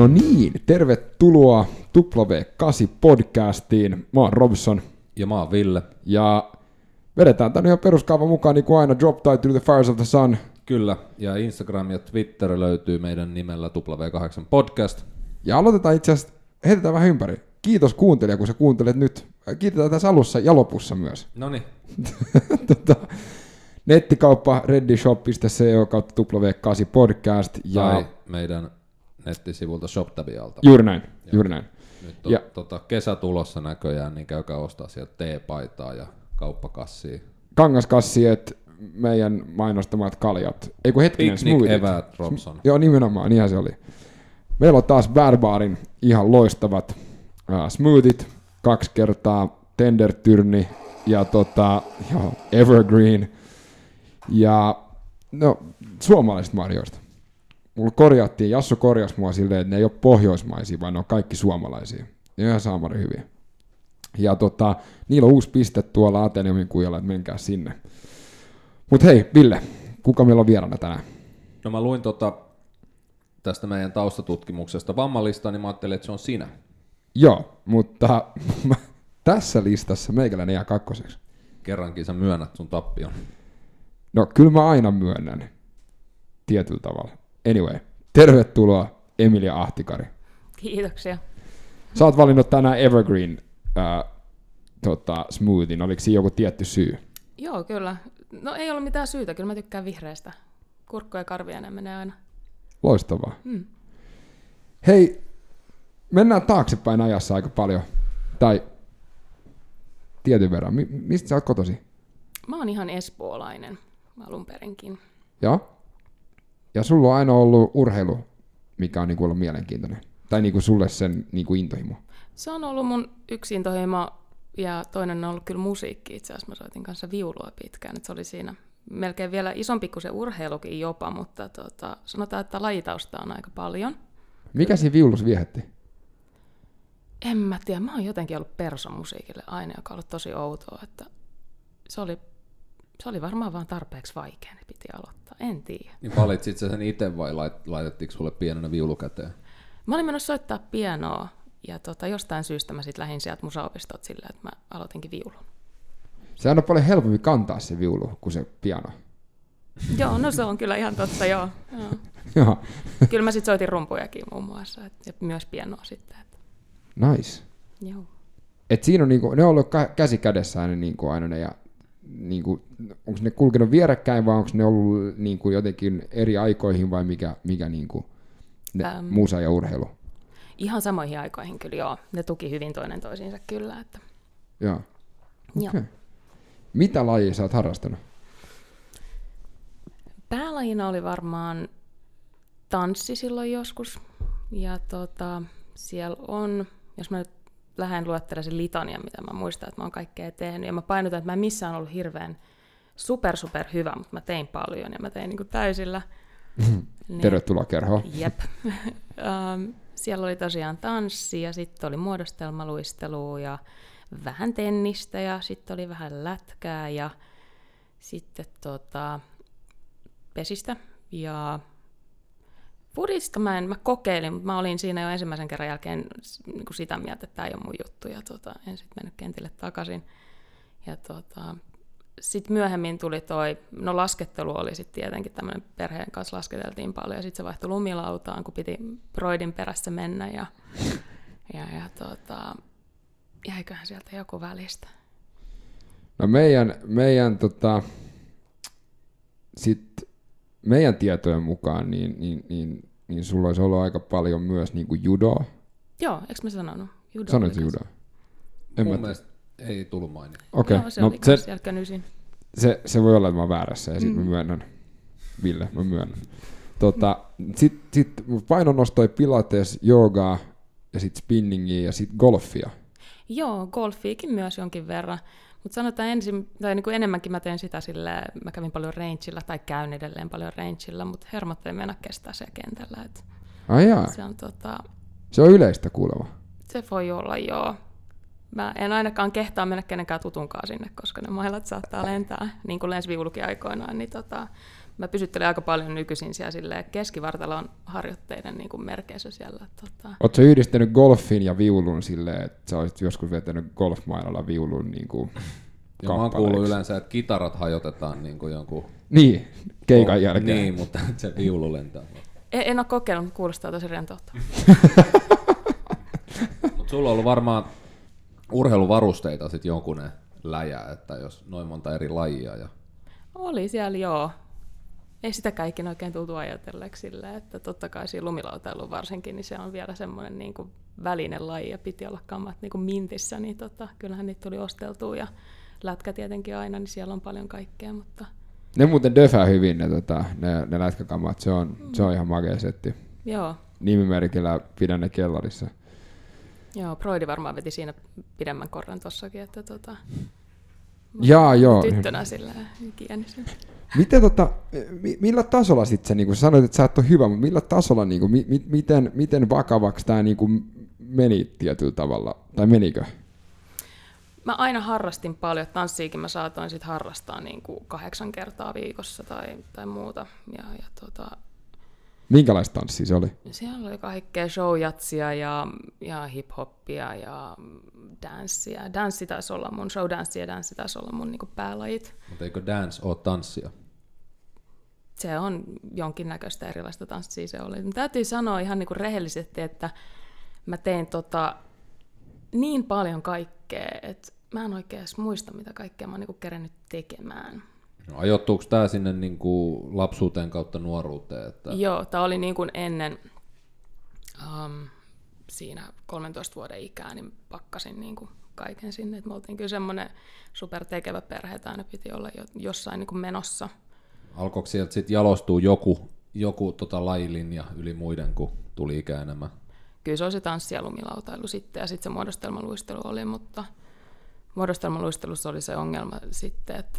No niin, tervetuloa W8-podcastiin. Mä oon Robson. Ja mä oon Ville. Ja vedetään tän ihan peruskaavan mukaan niin kuin aina Drop Title The Fires of the Sun. Kyllä, ja Instagram ja Twitter löytyy meidän nimellä W8podcast. Ja aloitetaan itse asiassa, heitetään vähän ympäri. Kiitos kuuntelija, kun sä kuuntelet nyt. Kiitetään tässä alussa ja lopussa myös. Noniin. Nettikauppa reddishop.co kautta W8podcast. Tai meidän nettisivulta ShopTabialta. Juuri näin, juuri näin. Nyt on kesä tulossa näköjään, niin käykää ostaa sieltä teepaitaa ja kauppakassia. Kangaskassiet, meidän mainostamat kaljat. Ei kun hetkinen, smoothit. Eväät, Robson. Joo, nimenomaan, niinhän se oli. Meillä on taas Bärbaarin ihan loistavat smoothit, 2 kertaa Tender Tyrni ja Evergreen. Ja no, suomalaisista marjoista. Mulla korjattiin, Jassu korjasi mua silleen, että ne ei ole pohjoismaisia, vaan ne on kaikki suomalaisia. Ne on ihan saamari hyviä. Ja niillä on uusi piste tuolla Ateneumin kujalla, että menkää sinne. Mut hei, Ville, kuka meillä on vieraana tänään? No mä luin tästä meidän taustatutkimuksesta vammalista, niin mä ajattelin, että se on sinä. Joo, mutta tässä listassa meikäläinen jää kakkoseksi. Kerrankin sä myönnät sun tappion. No kyllä mä aina myönnän. Tietyllä tavalla. Anyway, tervetuloa Emilia Ahtikari. Kiitoksia. Sä oot valinnut tänään Evergreen smoothin. Oliko siinä joku tietty syy? Joo, kyllä. No ei ollut mitään syytä, kyllä mä tykkään vihreästä. Kurkku ja karvia, ne menee aina. Loistavaa. Hei, mennään taaksepäin ajassa aika paljon. Tai tietyn verran. Mistä sä oot kotosi? Mä oon ihan espoolainen alun perinkin. Joo. Ja sulla on aina ollut urheilu, mikä on niinku ollut mielenkiintoinen. Tai niinku sulle sen niinku intohimo. Se on ollut mun yksi intohimo ja toinen on ollut kyllä musiikki. Itse asiassa mä soitin kanssa viulua pitkään. Se oli siinä melkein vielä isompi kuin se urheilukin jopa, mutta sanotaan, että lajitausta on aika paljon. Mikä siinä viulussa viehätti? En mä tiedä. Mä oon jotenkin ollut perso musiikille aina, joka on ollut tosi outoa. Että se oli varmaan vaan tarpeeksi vaikea, ne piti aloittaa. En tiedä. Niin valitsit sä sen itse vai laitettiinko sulle pienenä viulu käteen? Mä olin menossa soittaa pianoa ja jostain syystä mä sitten lähdin sieltä musaopistot sillä, että mä aloitinkin viulun. Sehän on paljon helpompi kantaa se viulu kuin se piano. Joo, no se on kyllä ihan totta, joo. Joo. Kyllä mä sitten soitin rumpujakin muun muassa ja myös pianoa sitten. Nice. Joo. Et siinä on niinku, ne on ollut käsi kädessä aina, niinku, aina ne ja niinku, onko ne kulkenut vierekkäin vai onko ne ollut niinku, jotenkin eri aikoihin vai mikä niinku, musa ja urheilu? Ihan samoihin aikoihin kyllä, joo. Ne tuki hyvin toinen toisiinsa kyllä. Että. Joo. Joo. Okay. Mitä lajia sä oot harrastanut? Päälajina oli varmaan tanssi silloin joskus. Ja siellä on, jos mä nyt lähden luettelemaan sen litanian, mitä mä muistan, että mä oon kaikkea tehnyt. Ja mä painotan, että mä en missään ollut hirveän super hyvä, mutta mä tein paljon ja mä tein niin kuin täysillä. Tervetuloa kerhoon. Jep. Siellä oli tosiaan tanssi ja sitten oli muodostelmaluistelua ja vähän tennistä ja sitten oli vähän lätkää ja sitten pesistä ja fudista mä kokeilin, mutta mä olin siinä jo ensimmäisen kerran jälkeen niin kuin sitä mieltä, että tämä ei ole mun juttu ja en sitten mennyt kentille takaisin. Ja sitten myöhemmin tuli laskettelu oli sitten tietenkin tämmöinen, perheen kanssa lasketeltiin paljon ja sitten se vaihtui lumilautaan, kun piti broidin perässä mennä ja jäiköhän sieltä joku välistä. No meidän tietojen mukaan niin sulla olisi ollut aika paljon myös niinku judoa. Joo, eikö mä sanonut? Sanoit judoa? Mun mielestä ei tullut mainita. Okay. No, se oli kans jälkeenysin. Se voi olla, että mä väärässä ja sitten mä myönnän. Ville, mä myönnän. Sitten painonnostoi pilates, joogaa ja sitten spinningia ja sitten golfia. Joo, golfiikin myös jonkin verran. Mutta sanotaan niin kuin enemmänkin mä teen sitä silleen, mä kävin paljon rangeilla tai käyn edelleen paljon rangeilla, mutta hermot ei mennä kestää siellä kentällä. Se on yleistä kuulemma. Se voi olla, joo. Mä en ainakaan kehtaa mennä kenenkään tutunkaan sinne, koska ne mailat saattaa lentää, niin kuin lensi viulukin aikoinaan. Niin mä pysyttelen aika paljon nykyisin siellä silleen keskivartalon harjoitteiden niin kuin merkeissä siellä. Ootko yhdistänyt golfin ja viulun silleen, että sä olisit joskus vetänyt golfmailalla viulun niin kuin ja mä oon kuullut yleensä, että kitarat hajotetaan niin kuin jonkun... Niin, keikan jälkeen. Niin, mutta se viulu lentää. En ole kokeillut, mutta kuulostaa tosi rentoutta. Mutta sulla on ollut varmaan urheiluvarusteita sitten jonkunen läjä, että jos noin monta eri lajia. Ja... Oli siellä, joo. Ei sitäkään ikinä oikein tultu ajatelleeksi sillä, että totta kai siinä lumilautailu varsinkin, niin se on vielä semmoinen niin kuin välinen laji ja piti olla kammat niin kuin mintissä, niin kyllähän niitä tuli osteltua ja lätkä tietenkin aina, niin siellä on paljon kaikkea, mutta... Ne muuten döfää hyvin, ne lätkäkammat, se on ihan makea setti. Joo. Nimimerkillä pidän ne kellarissa. Joo, Broidi varmaan veti siinä pidemmän korran tossakin, että joo. Tyttönä sillä kienissä. Miten millä tasolla sitten sä niinku sanoit, että sä et ole hyvä, mutta millä tasolla niinku miten vakavaksi tää niinku meni tietyllä tavalla tai menikö? Mä aina harrastin paljon, tanssiikin mä saatoin sit harrastaa niinku 8 kertaa viikossa tai muuta ja minkälaista tanssia se oli? Siellä oli kaikkea showjatsia ja hip-hoppia ja danssia. Danssi taisi olla mun, showdanssi ja danssi taisi olla mun niinku päälajit. Mutta eikö dance ole tanssia? Se on jonkinnäköistä erilaista tanssia se oli. Täytyy sanoa ihan niinku rehellisesti, että mä tein niin paljon kaikkea, että mä en oikein edes muista, mitä kaikkea mä oon niinku kerennyt tekemään. No, ajoittuuko tämä sinne niin kuin lapsuuteen kautta nuoruuteen? Että... Joo, tämä oli niin kuin ennen siinä 13 vuoden ikää, niin pakkasin niin kuin kaiken sinne. Et me oltiin kyllä semmoinen supertekevä perhe, että aina piti olla jossain niin kuin menossa. Alkoiko sieltä sitten jalostua joku lajilinja yli muiden, kun tuli ikä enemmän? Kyllä se oli se tanssi ja lumilautailu sitten, ja sitten se muodostelmaluistelu oli, mutta muodostelmaluistelussa oli se ongelma sitten, että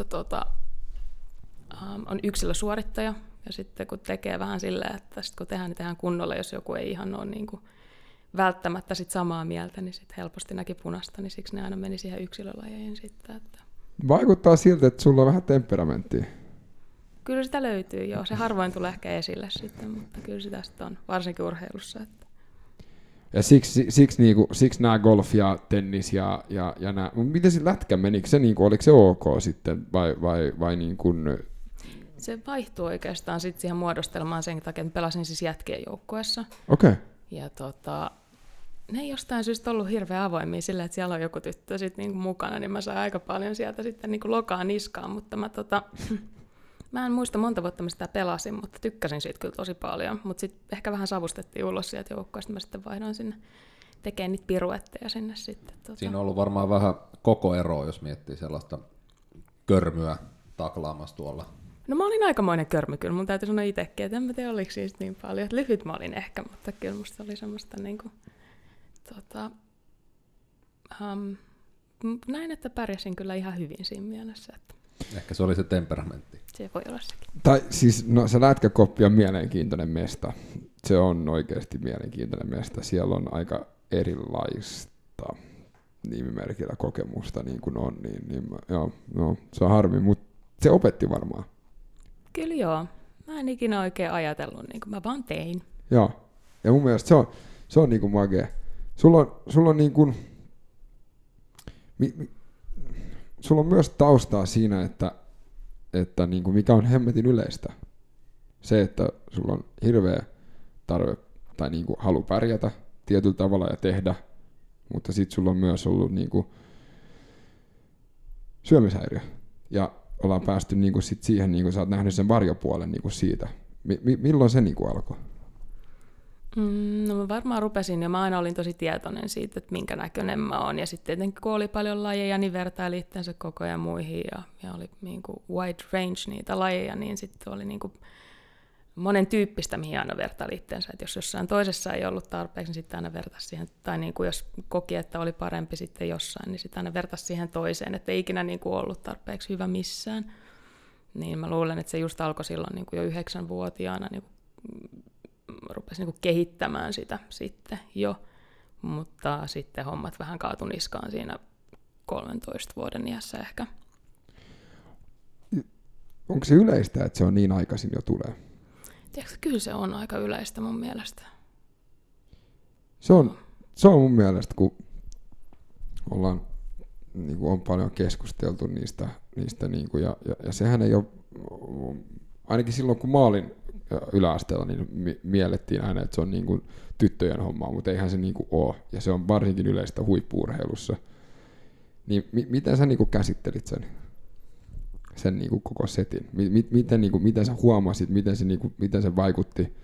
on yksilösuorittaja, ja sitten kun tekee vähän silleen, että sit kun tehdään kunnolla, jos joku ei ihan ole niin kuin välttämättä sit samaa mieltä, niin sitten helposti näki punasta, niin siksi ne aina meni siihen yksilölajeihin sitten. Että... Vaikuttaa siltä, että sulla on vähän temperamenttia. Kyllä sitä löytyy, joo. Se harvoin tulee ehkä esille sitten, mutta kyllä sitä sitten on, varsinkin urheilussa. Että... Ja siksi nämä golf ja tennis ja nämä, miten se lätkä menikö se, oliko se ok sitten vai niin kuin... Se vaihtuu oikeastaan sitten siihen muodostelmaan sen takia, että pelasin siis jätkien joukkueessa. Okei. Okay. Ja ne ei jostain syystä ollut hirveän avoimia sillä, että siellä on joku tyttö sitten niinku mukana, niin mä sain aika paljon sieltä sitten niinku lokaa niskaan, mutta mä en muista monta vuotta, mä sitä pelasin, mutta tykkäsin siitä kyllä tosi paljon. Mutta sitten ehkä vähän savustettiin ulos sieltä joukkueesta, mä sitten vaihdoin sinne tekemään niitä piruetteja sinne sitten. Siinä on ollut varmaan vähän koko eroa, jos miettii sellaista körmyä taklaamassa tuolla. No mä olin aikamoinen körmy kyllä, mun täytyy sanoa itsekin, että en mä tiedä oliko siitä niin paljon. Lyhyt mä olin ehkä, mutta kyllä musta oli semmoista niinku, näin, että pärjäsin kyllä ihan hyvin siinä mielessä. Että ehkä se oli se temperamentti. Se voi olla sekin. Tai siis, no se lätkäkoppi on mielenkiintoinen mesta. Se on oikeasti mielenkiintoinen mesta. Siellä on aika erilaista nimimerkillä kokemusta niin kuin on. Joo, se on harmi, mutta se opetti varmaan. Kyllä joo. Mä en ikinä oikein ajatellut, niin kuin mä vaan tein. Joo, ja mun mielestä se on niin kuin magea. Sulla on niin kuin, sulla on myös taustaa siinä, että niin kuin mikä on hemmetin yleistä. Se, että sulla on hirveä tarve tai niin kuin halu pärjätä tietyllä tavalla ja tehdä, mutta sitten sulla on myös ollut niin kuin syömishäiriö. Ja ollaan päästy niin kuin sit siihen, niin kuin sä oot nähnyt sen varjopuolen niin kuin siitä. Milloin se niin kuin alkoi? No mä varmaan rupesin, ja mä aina olin tosi tietoinen siitä, että minkä näköinen mä oon. Ja sitten tietenkin kun oli paljon lajeja, niin vertaili itseänsä koko ajan muihin, ja oli niin kuin wide range niitä lajeja, niin sitten oli niin kuin monen tyyppistä, mihin aina vertaili itseänsä. Että jos jossain toisessa ei ollut tarpeeksi, niin sitten aina vertaisi siihen. Tai niin kuin jos koki, että oli parempi sitten jossain, niin sitten aina vertaisi siihen toiseen, että ei ikinä niin kuin ollut tarpeeksi hyvä missään. Niin mä luulen, että se just alkoi silloin niin kuin jo 9-vuotiaana, niin rupesi niin kuin kehittämään sitä sitten jo, mutta sitten hommat vähän kaatu niskaan siinä 13 vuoden iässä ehkä. onko se yleistä, että se on niin aikaisin jo tulee? Tiedätkö, kyllä se on aika yleistä mun mielestä. Se on mun mielestä, kun ollaan, niin kuin on paljon keskusteltu niistä niin kuin, ja sehän ei ole, ainakin silloin kun mä olin yläasteella, niin miellettiin aina, että se on niin kuin tyttöjen hommaa, mutta eihän se niin kuin ole, ja se on varsinkin yleistä huippu-urheilussa. Niin miten sä niin kuin käsittelit sen niin kuin koko setin? Miten sä huomasit, miten se vaikutti?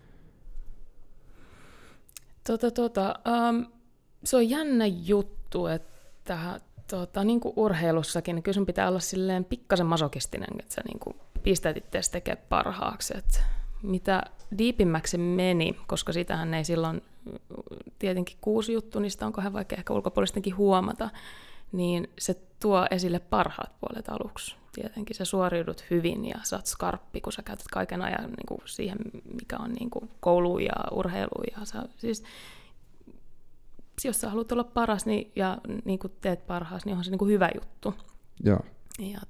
Se on jännä juttu, että niin kuin urheilussakin, niin kyllä sun pitää olla silleen pikkasen masokistinen, että sä niin kuin pistät itseäsi tekemään parhaaksi. Että mitä diipimmäksi se meni, koska sitähän ei silloin, tietenkin 6 juttu, niin sitä on kauhean vaikea ehkä ulkopuolistenkin huomata, niin se tuo esille parhaat puolet aluksi. Tietenkin sä suoriudut hyvin ja sä oot skarppi, kun sä käytät kaiken ajan niin kuin siihen, mikä on niin kuin koulu ja urheilu. Ja siis, jos sä haluat olla paras ja niin kuin teet parhaas, niin onhan se niin kuin hyvä juttu. Joo. Ja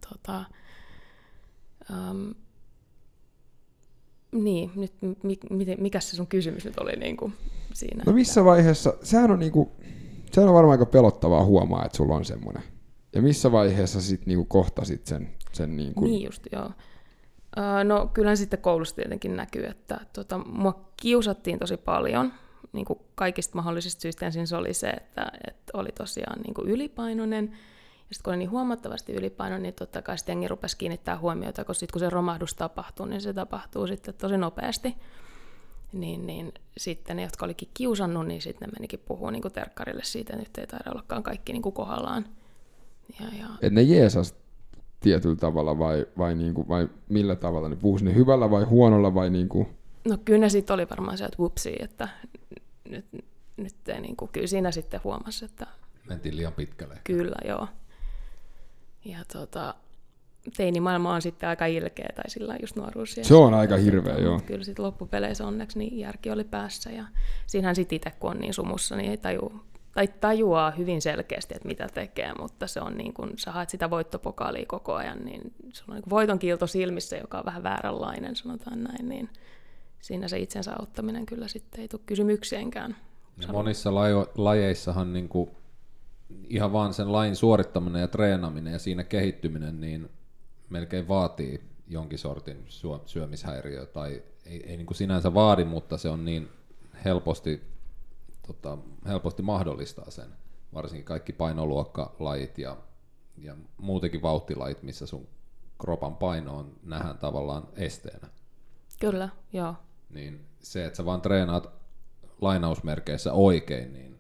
niin, nyt mikä se sun kysymys nyt oli niin kuin siinä? No missä vaiheessa, sehän on varmaan aika pelottavaa huomaa, että sulla on semmoinen. Ja missä vaiheessa sitten niinku kohtasit sen niinku... Niin just, joo. No kyllähän sitten koulussa tietenkin näkyy, että mua kiusattiin tosi paljon. Niin kuin kaikista mahdollisista syistä ensin se oli se, että oli tosiaan niin kuin ylipainoinen. Ja sitten kun oli niin huomattavasti ylipainoinen, niin totta kai sitten jengi rupesi kiinnittää huomiota, koska sitten kun se romahdus tapahtuu, niin se tapahtuu sitten tosi nopeasti. Niin sitten ne, jotka olikin kiusannut, niin sitten ne menikin puhua niin kuin terkkarille siitä, että nyt ei taida ollakaan kaikki niin kuin kohdallaan. Että ne jeesas tietyllä tavalla vai millä tavalla? Ne puhuisi ne hyvällä vai huonolla vai niinku? No kyllä ne sitten oli varmaan se, että whoopsie, että nyt ei niinku, kyllä siinä sitten huomasi, että... Mentiin liian pitkälle. Kyllä, joo. Ja teinimaailma on sitten aika ilkeä, tai sillä just nuoruus. Se on aika hirveä, joo. Kyllä sitten loppupeleissä onneksi niin järki oli päässä, ja siinähän sitten itse, kun on niin sumussa, niin ei tajuaa hyvin selkeästi, että mitä tekee, mutta se on niin kuin, sä haet sitä voittopokaalia koko ajan, niin sulla on niin voiton kiilto silmissä, joka on vähän vääränlainen, sanotaan näin, niin siinä se itsensä auttaminen kyllä sitten ei tule kysymykseenkään. Monissa lajeissahan niin kuin ihan vaan sen lajin suorittaminen ja treenaminen ja siinä kehittyminen niin melkein vaatii jonkin sortin syömishäiriö, tai ei niin kuin sinänsä vaadi, mutta se on niin helposti mahdollistaa sen, varsinkin kaikki painoluokkalajit ja muutenkin vauhtilajit, missä sun kropan paino on nähdään tavallaan esteenä. Kyllä, joo. Niin se, että sä vaan treenaat lainausmerkeissä oikein, niin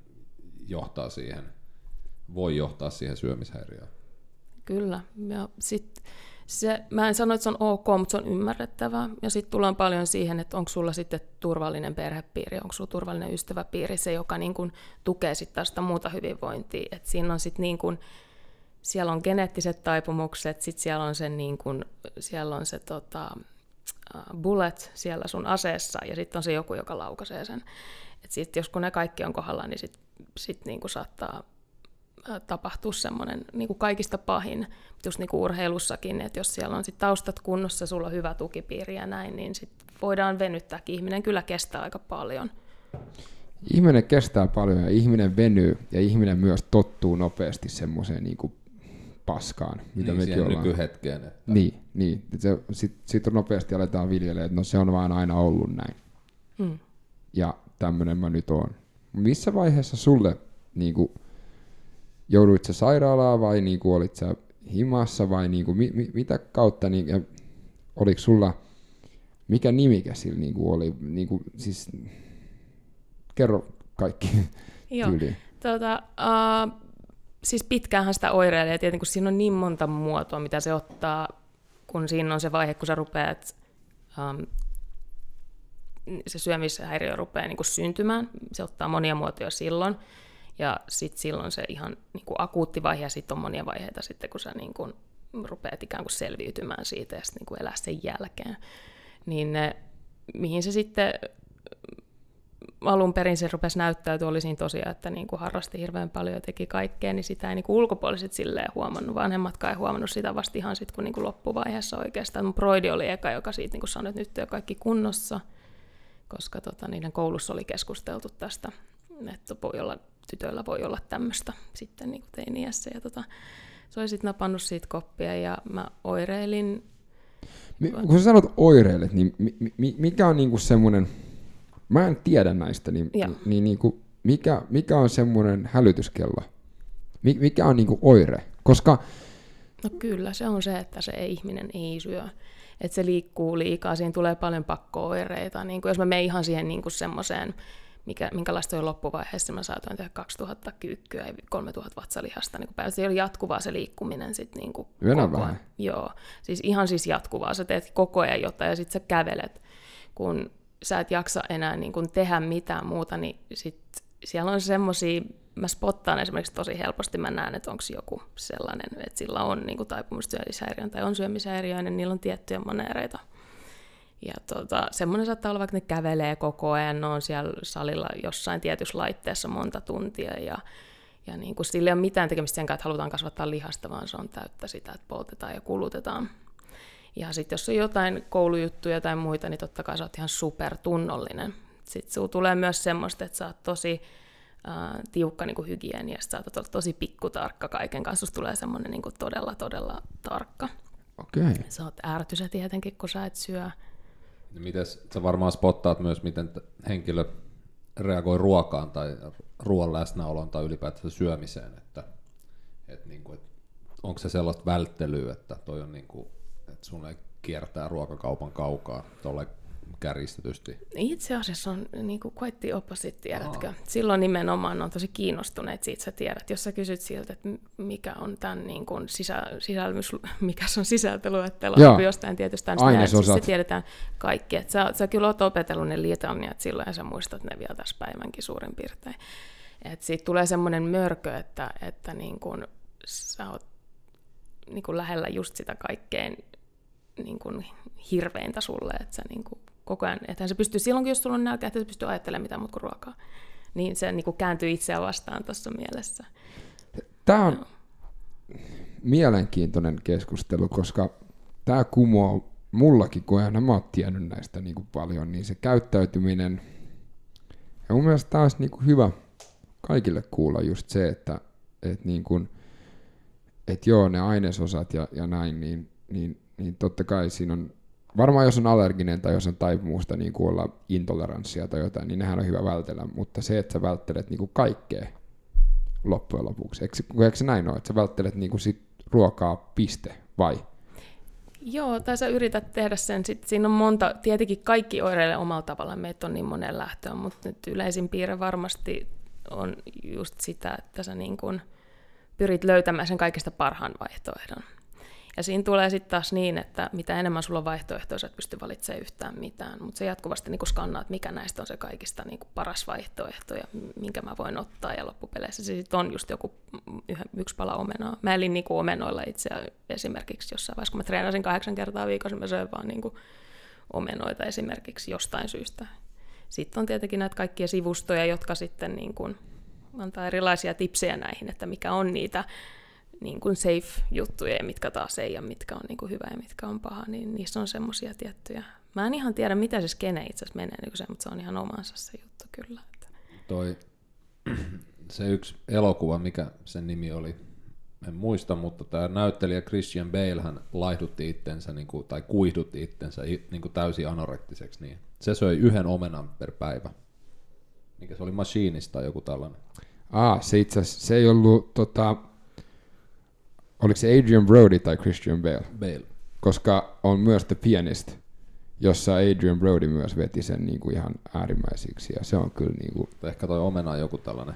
voi johtaa siihen syömishäiriöön. Kyllä, ja sitten mä en sano, että se on ok, mutta se on ymmärrettävää. Ja sitten tullaan paljon siihen, että onko sulla sitten turvallinen perhepiiri, onko sulla turvallinen ystäväpiiri, se joka niin kun tukee sitten taas sitä muuta hyvinvointia. Et siinä on sitten niin kun, siellä on geneettiset taipumukset, sitten siellä on se, niin kun, siellä on se bullet siellä sun aseessa, ja sitten on se joku, joka laukaisee sen. Et sitten jos kun ne kaikki on kohdallaan, niin sit niin kun saattaa tapahtuu semmoinen niin kuin kaikista pahin, just niin kuin urheilussakin, että jos siellä on sit taustat kunnossa, sulla on hyvä tukipiiri ja näin, niin sit voidaan venyttääkin. Ihminen kyllä kestää aika paljon. Ihminen kestää paljon ja ihminen venyy ja ihminen myös tottuu nopeasti semmoiseen niin kuin paskaan, mitä niin, mekin ollaan. Nykyhetkeen. Että... Niin. Sitten nopeasti aletaan viljelemään, että no se on vaan aina ollut näin. Ja tämmöinen mä nyt oon. Missä vaiheessa sulle niin kuin, jouduit sä sairaalaan vai niinku olit sä himassa vai niinku, mitä kautta, niinku, ja oliko sulla, mikä nimikä sillä niinku oli, niinku, siis kerro kaikki tyyliin. Siis pitkäänhän sitä oireilee, ja tietenkin kun siinä on niin monta muotoa, mitä se ottaa, kun siinä on se vaihe, kun sä rupeat, se syömishäiriö rupeaa niinku syntymään, se ottaa monia muotoja silloin. Ja sitten silloin se ihan niin kuin akuutti vaihe, ja sitten on monia vaiheita sitten, kun sä niin kuin rupeat ikään kuin selviytymään siitä ja sitten niin kuin elää sen jälkeen. Niin mihin se sitten alun perin se rupesi näyttäytyä, oli siinä tosiaan, että niin kuin harrasti hirveän paljon ja teki kaikkea, niin sitä ei niin kuin ulkopuoliset silleen huomannut, vanhemmatkaan ei huomannut sitä vasta ihan sitten, kun niin kuin loppuvaiheessa oikeastaan. Mun broidi oli eka, joka siitä niin kuin sanoi, että nyt on kaikki kunnossa, koska niiden koulussa oli keskusteltu tästä, että tytöillä voi olla tämmöistä sitten niin kuin teini-iässä. Ja se oli sitten napannut siitä koppia ja mä oireilin. Kun sä sanot oireilet, niin mikä on niinku semmoinen, mä en tiedä näistä, niin niinku, mikä on semmoinen hälytyskello? Mikä on niinku oire? Koska... No kyllä, se on se, että se ihminen ei syö. Että se liikkuu liikaa, siinä tulee paljon pakko-oireita. Niin jos mä menen ihan siihen niin semmoiseen, minkälaista oli loppuvaiheessa, mä saatoin tehdä 2000 kyykkyä ja 3000 vatsalihasta. Niin se oli jatkuvaa se liikkuminen sitten niin koko ajan. Joo, siis ihan siis jatkuvaa. Sä teet koko ajan jotain ja sitten sä kävelet. Kun sä et jaksa enää niin kuin tehdä mitään muuta, niin sit siellä on semmoisia, mä spottaan esimerkiksi tosi helposti, mä näen, että onko joku sellainen, että sillä on niin kuin taipumus syömishäiriöön tai on syömishäiriöinen, niillä on tiettyjä maneereita. Ja semmoinen saattaa olla, vaikka ne kävelee koko ajan, ne on siellä salilla jossain tietyssä laitteessa monta tuntia, ja niin kuin sillä ei ole mitään tekemistä sen kanssa, että halutaan kasvattaa lihasta, vaan se on täyttä sitä, että poltetaan ja kulutetaan. Ja sitten jos on jotain koulujuttuja tai muita, niin totta kai sä oot ihan supertunnollinen. Sitten sulla tulee myös semmoista, että sä oot tosi tiukka niin kuin hygieniasta, sä oot olla tosi pikkutarkka kaiken kanssa, susta tulee semmoinen niin kuin todella, todella tarkka. Okei. Sä oot ärtysä tietenkin, kun sä et syö. Mites sä varmaan spottaat myös, miten henkilö reagoi ruokaan tai ruoan läsnäoloon tai ylipäätään syömiseen, että onko se sellaista välttelyä, että toi on että sun ei kiertää ruokakaupan kaukaa tuolle kärjistetysti? Itse asiassa on quite the opposite, tiedätkö? Silloin nimenomaan on tosi kiinnostuneet siitä, sä tiedät. Jos sä kysyt siltä, että mikä on tämän mikä se on sisältöluettelo jostain tietystä ainesosat, siis se tiedetään kaikki. Että sä kyllä oot opetellut ne litaniat silloin ja sä muistat ne vielä tässä päivänkin suurin piirtein. Että siitä tulee semmoinen mörkö, että niin kun sä oot niin kun lähellä just sitä kaikkein niin kun hirveintä sulle, että sä niin kun koko ajan, että se pystyy silloinkin, jos sulla on nälkä, että se pystyy ajattelemaan mitään muuta kuin ruokaa. Niin se niin kuin kääntyy itseään vastaan tuossa mielessä. Tämä on mielenkiintoinen keskustelu, koska tämä kumoaa mullakin, kun en mä ole tiennyt näistä niin kuin paljon, niin se käyttäytyminen, ja mun mielestä tämä olisi niin kuin hyvä kaikille kuulla just se, että niin kuin, että joo, ne ainesosat ja näin, niin totta kai siinä on, varmaan jos on allerginen tai jos on taipumusta niin kuin olla intoleranssia tai jotain, niin nehän on hyvä vältellä, mutta se, että sä välttelet niin kuin kaikkea loppujen lopuksi, eikö se näin ole, että sä välttelet niin kuin sit ruokaa piste, vai? Joo, tai sä yrität tehdä sen, sitten siinä on monta, tietenkin kaikki oireilee omalla tavallaan, meitä on niin monen lähtöön, mutta nyt yleisin piirre varmasti on just sitä, että sä niin kuin pyrit löytämään sen kaikista parhaan vaihtoehdon. Ja siinä tulee sitten taas niin, että mitä enemmän sulla on vaihtoehtoja, sä et pysty valitsemaan yhtään mitään, mutta sä jatkuvasti niin skannaat, mikä näistä on se kaikista niin paras vaihtoehto ja minkä mä voin ottaa, ja loppupeleissä se sitten on just joku yksi pala omenaa. Mä elin niin omenoilla itse esimerkiksi jossain vaiheessa, kun mä treenasin 8 kertaa viikossa, mä söin vaan niin omenoita esimerkiksi jostain syystä. Sitten on tietenkin näitä kaikkia sivustoja, jotka sitten niin kuin antaa erilaisia tipsejä näihin, että mikä on niitä niin kuin safe-juttuja ja mitkä taas ei ja mitkä on niin kuin hyvä ja mitkä on paha, niin niissä on semmoisia tiettyjä. Mä en ihan tiedä, mitä se skene itse asiassa menee, niin se, mutta se on ihan omansa se juttu kyllä. Se yksi elokuva, mikä sen nimi oli, en muista, mutta tämä näyttelijä Christian Bale, hän laihdutti itsensä niin kuin, tai kuihdutti itsensä niin kuin täysin anorektiseksi. Niin se söi 1 omenan per päivä. Mikä se oli, Machinista tai joku tällainen? Se itse asiassa, se ei ollut, oliko se Adrian Brody tai Christian Bale? Bale. Koska on myös The Pianist, jossa Adrian Brody myös veti sen niin kuin ihan äärimmäisiksi, ja se on kyllä niin kuin... Ehkä toi omena on joku tällainen.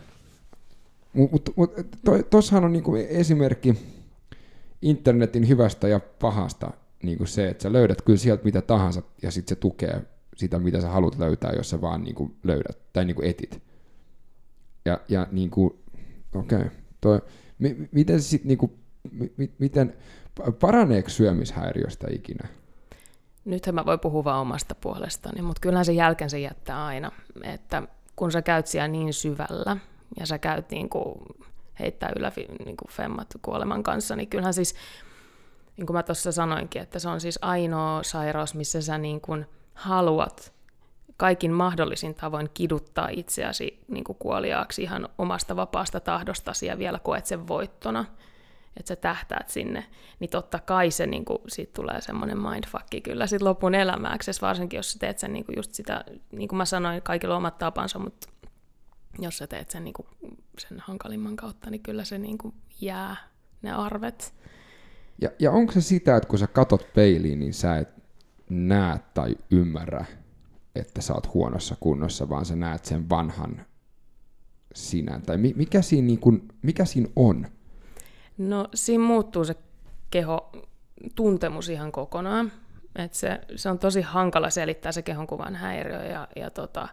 Tuossahan on niin kuin esimerkki internetin hyvästä ja pahasta niin kuin se, että sä löydät kyllä sieltä mitä tahansa, ja sitten se tukee sitä, mitä sä haluat löytää, jos sä vaan niin kuin löydät tai niin kuin etit. Ja niin kuin, okei. Miten sitten niin kuin, miten paraneeko syömishäiriöstä ikinä? nythän mä voin puhua vaan omasta puolestani, mutta kyllähän se jälkensä jättää aina, että kun sä käyt siellä niin syvällä ja sä käyt niin kuin heittää niin kuin femmat kuoleman kanssa, niin kyllähän siis, niin kuin mä tuossa sanoinkin, että se on siis ainoa sairaus, missä sä niin kuin haluat kaikin mahdollisin tavoin kiduttaa itseäsi niin kuin kuoliaaksi ihan omasta vapaasta tahdostasi ja vielä koet sen voittona, että sä tähtäät sinne, niin totta kai se, niin kuin, siitä tulee semmoinen mindfucki kyllä sit lopun elämäksesi, varsinkin jos sä teet sen niin kuin just sitä, niin kuin mä sanoin, kaikilla on omat tapansa, mutta jos sä teet sen, niin kuin, sen hankalimman kautta, niin kyllä se niin kuin jää ne arvet. Ja onko se sitä, että kun sä katot peiliin, niin sä et näe tai ymmärrä, että sä oot huonossa kunnossa, vaan sä näet sen vanhan sinän? Tai mikä siinä on? No siinä muuttuu se tuntemus ihan kokonaan. Et se on tosi hankala selittää se kehonkuvan häiriö ja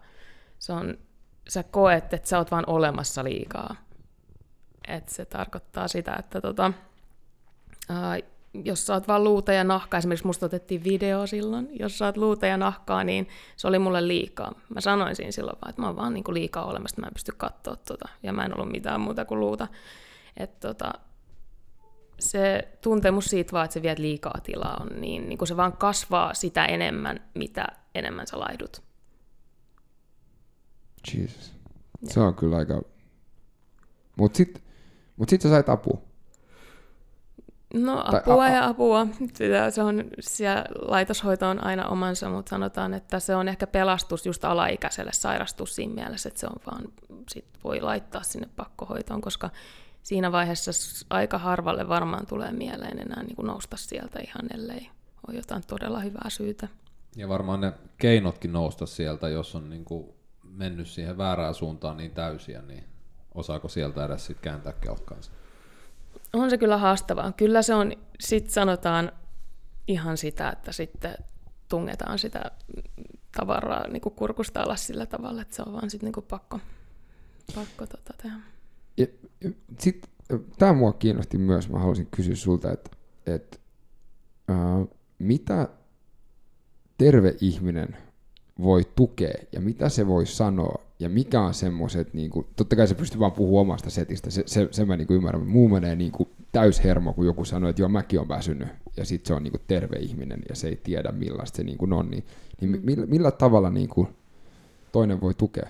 sä koet, että sä oot vaan olemassa liikaa. Et se tarkoittaa sitä, että jos sä oot vaan luuta ja nahkaa, esimerkiksi musta otettiin video silloin, jos sä oot luuta ja nahkaa, niin se oli mulle liikaa. Mä sanoin siinä silloin vaan, että mä oon vaan niin kuin liikaa olemassa, mä en pysty katsoa ja mä en ollut mitään muuta kuin luuta. Se tuntemus siitä vaan, että sä viet liikaa tilaa, on niin kuin se vaan kasvaa sitä enemmän, mitä enemmän sä laihdut. Jesus. Se on kyllä aika... Mut sit sä sait apua. No apua. Se on, siellä laitoshoito on aina omansa, mutta sanotaan, että se on ehkä pelastus just alaikäiselle sairastus siinä mielessä, että se on vaan, sit voi laittaa sinne pakkohoitoon, koska siinä vaiheessa aika harvalle varmaan tulee mieleen enää niin kuin nousta sieltä ihan, ellei ole jotain todella hyvää syytä. Ja varmaan ne keinotkin nousta sieltä, jos on niin kuin mennyt siihen väärään suuntaan niin täysiä, niin osaako sieltä edes sitten kääntää kelkkaansa? On se kyllä haastavaa. Kyllä se on, sitten sanotaan ihan sitä, että sitten tungetaan sitä tavaraa niin kuin kurkusta alas sillä tavalla, että se on vaan sitten niin kuin pakko tehdä. Sitten tämä mua kiinnosti myös, mä haluaisin kysyä sulta, että mitä terve ihminen voi tukea ja mitä se voi sanoa ja mikä on semmoiset, niin kuin, totta kai se pystyy vaan puhumaan omasta setistä, se mä niin kuin ymmärrän, muu menee niin kuin täyshermo, kun joku sanoo, että joo mäkin on väsynyt ja sitten se on niin kuin terve ihminen ja se ei tiedä millaista se niin kuin on, niin millä tavalla niin kuin toinen voi tukea?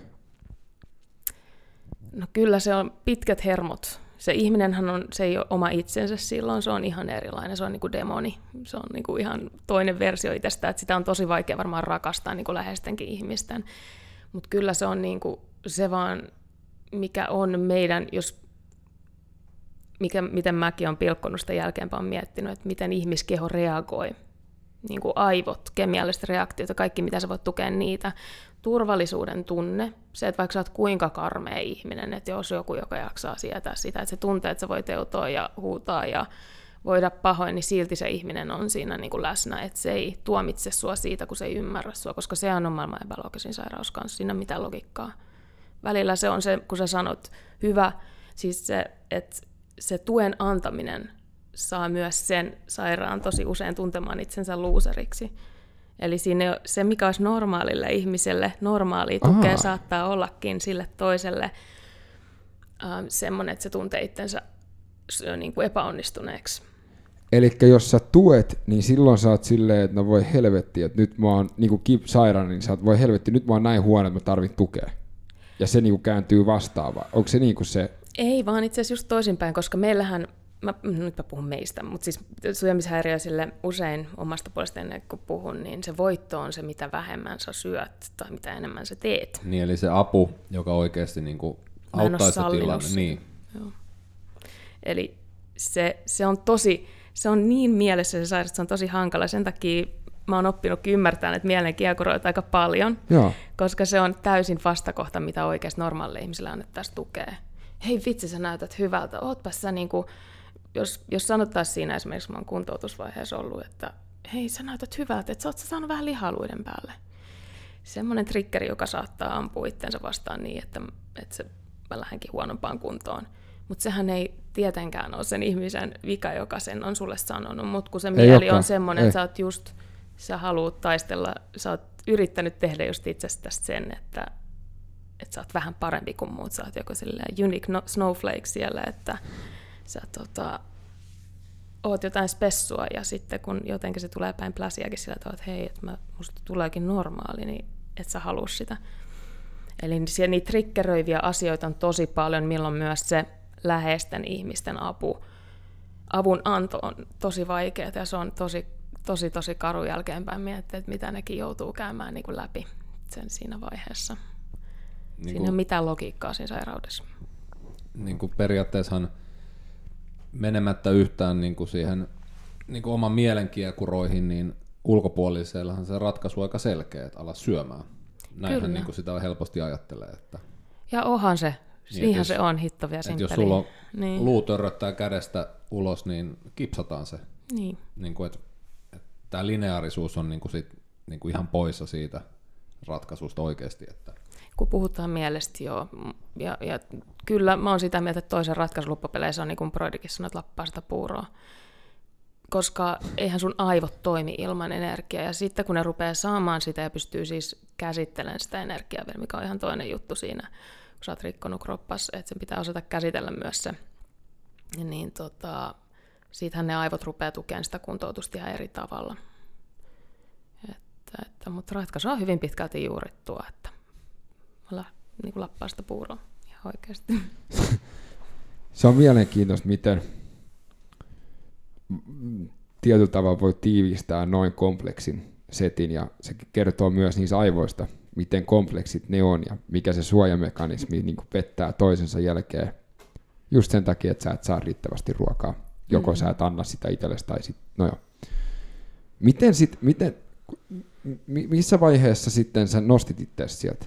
No kyllä se on pitkät hermot. Se ihminenhän se ei ole oma itsensä silloin, se on ihan erilainen, se on niin kuin demoni. Se on niin kuin ihan toinen versio itsestä, että sitä on tosi vaikea varmaan rakastaa niin kuin läheistenkin ihmisten. Mutta kyllä se on niin kuin se vaan, mikä on meidän, miten mäkin olen pilkkonut sitä jälkeenpäin miettinyt, että miten ihmiskeho reagoi. Niin kuin aivot, kemialliset reaktiot ja kaikki, mitä sä voit tukea niitä. Turvallisuuden tunne, se, että vaikka sä oot kuinka karmea ihminen, että jos joku, joka jaksaa sietää sitä, että se tuntee, että sä voit eutoa ja huutaa ja voida pahoin, niin silti se ihminen on siinä niin kuin läsnä, että se ei tuomitse sua siitä, kun se ei ymmärrä sua, koska se on maailman epäloogisin sairaus kanssa, siinä ei ole mitään logiikkaa. Välillä se on se, kun sä sanot hyvä, siis se, että se tuen antaminen saa myös sen sairaan tosi usein tuntemaan itsensä loseriksi. Eli siinä se, mikä olisi normaalille ihmiselle, normaalia tukea saattaa ollakin sille toiselle semmoinen, että se tuntee itsensä niin kuin epäonnistuneeksi. Eli jos sä tuet, niin silloin sä oot silleen, että no voi helvetti, että nyt mä oon niin kuin sairaan, niin sä oot voi helvetti, nyt mä oon näin huono, että mä tarvitsen tukea. Ja se niin kuin kääntyy vastaavaan. Onko se niin kuin se? Ei, vaan itse asiassa just toisinpäin, koska meillähän, nyt mä puhun meistä, mutta siis syömishäiriöisille usein omasta puolesta ennen kuin puhun, niin se voitto on se, mitä vähemmän sä syöt tai mitä enemmän sä teet. Niin, eli se apu, joka oikeasti niin kuin auttaa sitä tilanne. Niin. Joo. Eli se on tosi, se on niin mielessä se sairaus, se on tosi hankala. Sen takia mä oon oppinut ymmärtämään, että mielen kiekuroita aika paljon, koska se on täysin vastakohta, mitä oikeasti normaalille ihmisille annettaisiin tukea. Hei vitsi, sä näytät hyvältä, ootpas sä niinku, jos sanottaisiin siinä esimerkiksi, mä oon kuntoutusvaiheessa ollut, että hei sä näytät hyvältä, että sä oot saanut vähän lihaluiden päälle. Semmoinen triggeri, joka saattaa ampua itsensä vastaan niin, että mä lähdenkin huonompaan kuntoon. Mutta sehän ei tietenkään ole sen ihmisen vika, joka sen on sulle sanonut, mutta kun se mieli on semmoinen, että sä oot just sä haluat taistella, sä oot yrittänyt tehdä just itsestäsi sen, että sä oot vähän parempi kuin muut, sä oot joku silleen unique snowflake siellä, että sä oot jotain spessua, ja sitten kun jotenkin se tulee päin pläsiäkin sillä tavalla, että hei, että musta tuleekin normaali, niin et sä halua sitä. Eli siellä niitä triggeröiviä asioita on tosi paljon, milloin myös se läheisten ihmisten avun anto on tosi vaikeaa, ja se on tosi karu jälkeenpäin miettiä, että mitä nekin joutuu käymään niin kuin läpi sen siinä vaiheessa. Siinä ei ole mitään logiikkaa siinä sairaudessa. Niin kuin periaatteessahan menemättä yhtään niin kuin siihen niin kuin oman mielenkiekuroihin, niin ulkopuolisellahan se ratkaisu on aika selkeä, että ala syömään. Näinhän niin kuin sitä helposti ajattelee. Että ja onhan se. Niinhän se on hitto vielä simppeliä. Jos sulla on luu törröttää kädestä ulos, niin kipsataan se. Niin kuin, että tämä lineaarisuus on niin kuin sit, niin kuin ihan poissa siitä ratkaisusta oikeasti. Että kun puhutaan mielestä, joo. Ja kyllä mä oon sitä mieltä, että toisen ratkaisu loppupeleissä on niin kuin Broidikin sanoi, että lappaa sitä puuroa. Koska eihän sun aivot toimi ilman energiaa. Ja sitten kun ne rupeaa saamaan sitä ja pystyy siis käsittelemään sitä energiaa vielä, mikä on ihan toinen juttu siinä, kun sä oot rikkonut kroppas, että sen pitää osata käsitellä myös se. Niin siitähän ne aivot rupeaa tukemaan sitä kuntoutusta ihan eri tavalla. Mutta ratkaisu on hyvin pitkälti juurittua, että niin kuin lappaa sitä puuroa ihan oikeasti. Se on mielenkiintoista, miten tietyllä tavalla voi tiivistää noin kompleksin setin, ja se kertoo myös niistä aivoista, miten kompleksit ne on, ja mikä se suojamekanismi niin kuin pettää toisensa jälkeen, just sen takia, että sä et saa riittävästi ruokaa. Joko sä et anna sitä itsellesi, tai no joo. Missä vaiheessa sitten sä nostit itseäsi sieltä?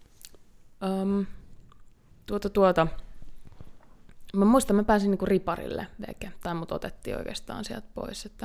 Mä muistan, mä pääsin niinku riparille veke, tai mut otettiin oikeastaan sieltä pois, että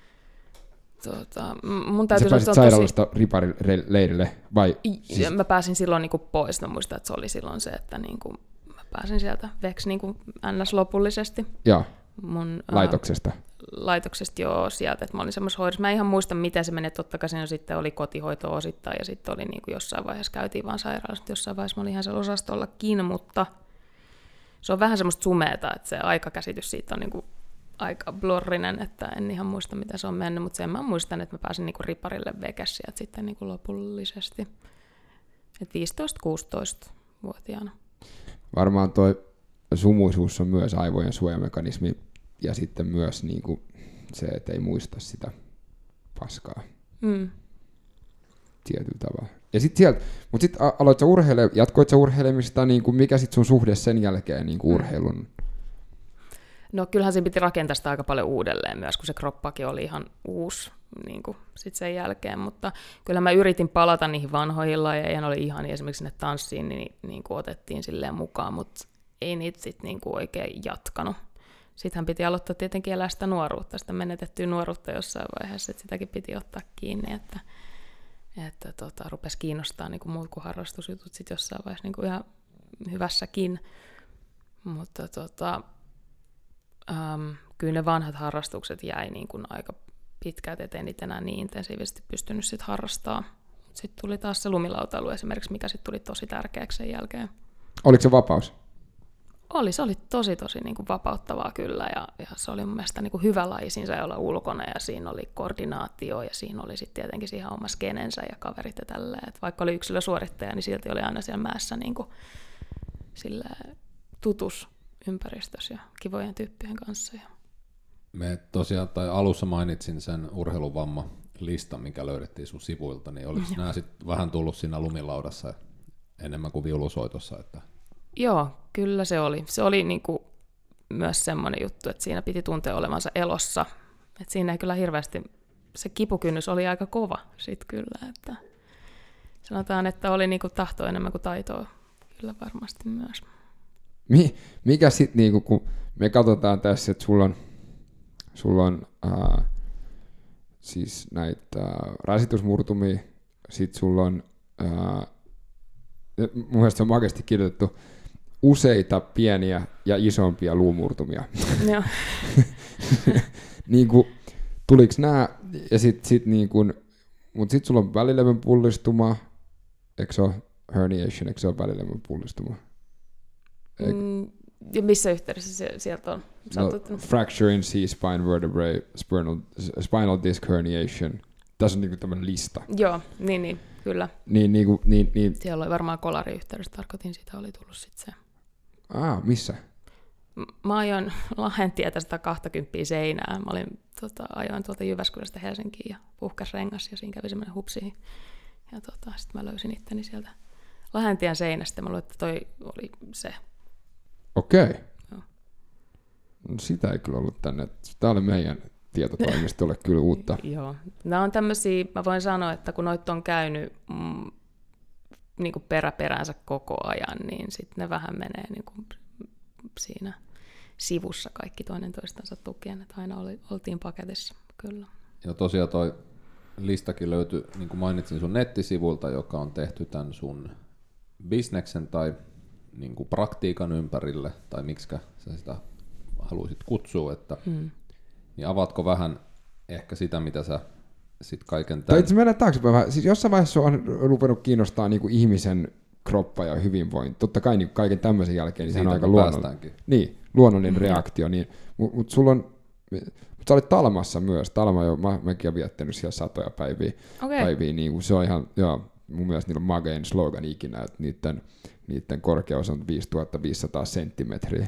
mun täytyy sä pääsit sairaalasta riparileirille, vai? Siis mä pääsin silloin niinku pois, mä muistan, että se oli silloin se, että niinku mä pääsin sieltä veksi niinku ns. Lopullisesti. Joo, laitoksesta. Laitoksesta joo, sieltä, että mä olin semmoisessa hoidossa. Mä en ihan muista, miten se meni, totta kai siinä sitten oli kotihoito osittain, ja sitten oli niinku jossain vaiheessa käytiin vaan sairaalassa, jossain vaiheessa mä olin ihan siellä osastollakin, mutta se on vähän semmoista sumeeta, että se aikakäsitys siitä on niinku aika blurrinen, että en ihan muista, miten se on mennyt, mutta sen mä muistan, että mä pääsin niinku riparille vekes sieltä sitten niinku lopullisesti. Et 15-16-vuotiaana. Varmaan toi sumuisuus on myös aivojen suojamekanismi, ja sitten myös niinku se, että ei muista sitä paskaa. Tietyllä tavalla. Ja sitten sieltä, mutta sitten aloit sä jatkoit sä urheilemista, niin kuin mikä sitten sun suhde sen jälkeen niin kuin urheilun? No kyllähän siinä piti rakentaa sitä aika paljon uudelleen myös, kun se kroppakin oli ihan uusi niin kuin sit sen jälkeen, mutta kyllä mä yritin palata niihin vanhoihin lajeihin, oli ihan esimerkiksi sinne tanssiin, niin kuin otettiin silleen mukaan, mutta ei niitä sitten niin kuin oikein jatkanut. Sittenhän piti aloittaa tietenkin elää sitä nuoruutta, sitä menetettyä nuoruutta jossain vaiheessa, että sitäkin piti ottaa kiinni, että rupesi kiinnostaa niin kuin muut kuin harrastusjutut sit jossain vaiheessa niin kuin ihan hyvässäkin. Mutta kyllä ne vanhat harrastukset jäi niin kuin aika pitkälti, ettei niitä enää niin intensiivisesti pystynyt sit harrastamaan. Sitten tuli taas se lumilautailu esimerkiksi, mikä sitten tuli tosi tärkeäksi sen jälkeen. Oliko se vapaus? Se oli tosi niin kuin vapauttavaa kyllä, ja se oli mun mielestä niin kuin hyvä laji, siinä sai olla ulkona, ja siinä oli koordinaatio, ja siinä oli sitten tietenkin siihen oma skenensä ja kaverit ja tälleen. Et vaikka oli yksilösuorittaja, niin silti oli aina siellä mäessä niin kuin tutus ympäristössä ja kivojen tyyppien kanssa. Me tosiaan, tai alussa mainitsin sen urheiluvamma-listan, mikä löydettiin sun sivuilta, niin oliko nämä sitten vähän tullut siinä lumilaudassa enemmän kuin viulusoitossa? Että Joo, kyllä se oli. Se oli niinku myös semmoinen juttu, että siinä piti tuntea olevansa elossa. Et siinä ei kyllä hirveästi, se kipukynnys oli aika kova sit kyllä. Että sanotaan, että oli niinku tahtoa enemmän kuin taitoa kyllä varmasti myös. Mikä sitten, niinku, kun me katsotaan tässä, että sulla on siis näitä rasitusmurtumia, sitten sulla on, mun mielestä se on makeasti kirjoitettu, useita pieniä ja isompia luumurtumia. Joo. Niinku, tuliko nämä, ja sitten niinku, Mutta sitten sulla on välilevyn pullistuma, eikö se ole herniation, eikö se ole välilevyn pullistuma? Ja missä yhteydessä sieltä on? Fracture in C-spine vertebrae, spinal disc herniation. Tässä on niinku tämmöinen lista. Joo, niin, kyllä. Niin. Siellä oli varmaan kolariyhteydessä, tarkoitin sitä, oli tullut sitten se. Missä? Mä ajoin Lahentietä 120 seinää. Mä ajoin tuolta Jyväskylästä Helsinkiin ja puhkas rengas ja siinä kävi semmoinen hupsi. Ja sitten mä löysin itteni sieltä Lahentien seinästä. Mä luulen, että toi oli se. Okei. No, sitä ei kyllä ollut tänne. Tämä oli meidän tietotoimistolle kyllä uutta. Joo. Nämä on tämmöisiä, mä voin sanoa, että kun noita on käynyt niin kuin peränsä koko ajan, niin sitten ne vähän menee niin kuin siinä sivussa kaikki toinen toistansa tukien, että aina oltiin paketissa, kyllä. Ja tosiaan toi listakin löytyi, niin kuin mainitsin sun nettisivulta, joka on tehty tämän sun bisneksen tai niin kuin praktiikan ympärille, tai miksikä sä sitä haluaisit kutsua, että niin avaatko vähän ehkä sitä, mitä sä sit kaiken tämän... Tai itse mennään taaksepäin vähän. Siis jossain vaiheessa on ruvennut kiinnostaa niin kuin ihmisen kroppa ja hyvinvointi. Totta kai niin kaiken tämmöisen jälkeen, niin se on aika luonnollinen reaktio. Niin, mutta sulla on... Sä olit Talmassa myös. Mäkin olen viettänyt siellä satoja päiviä. Niin kuin se on ihan... Joo, mun mielestä niillä on magein slogan ikinä, että niiden korkeus on 5500 senttimetriä.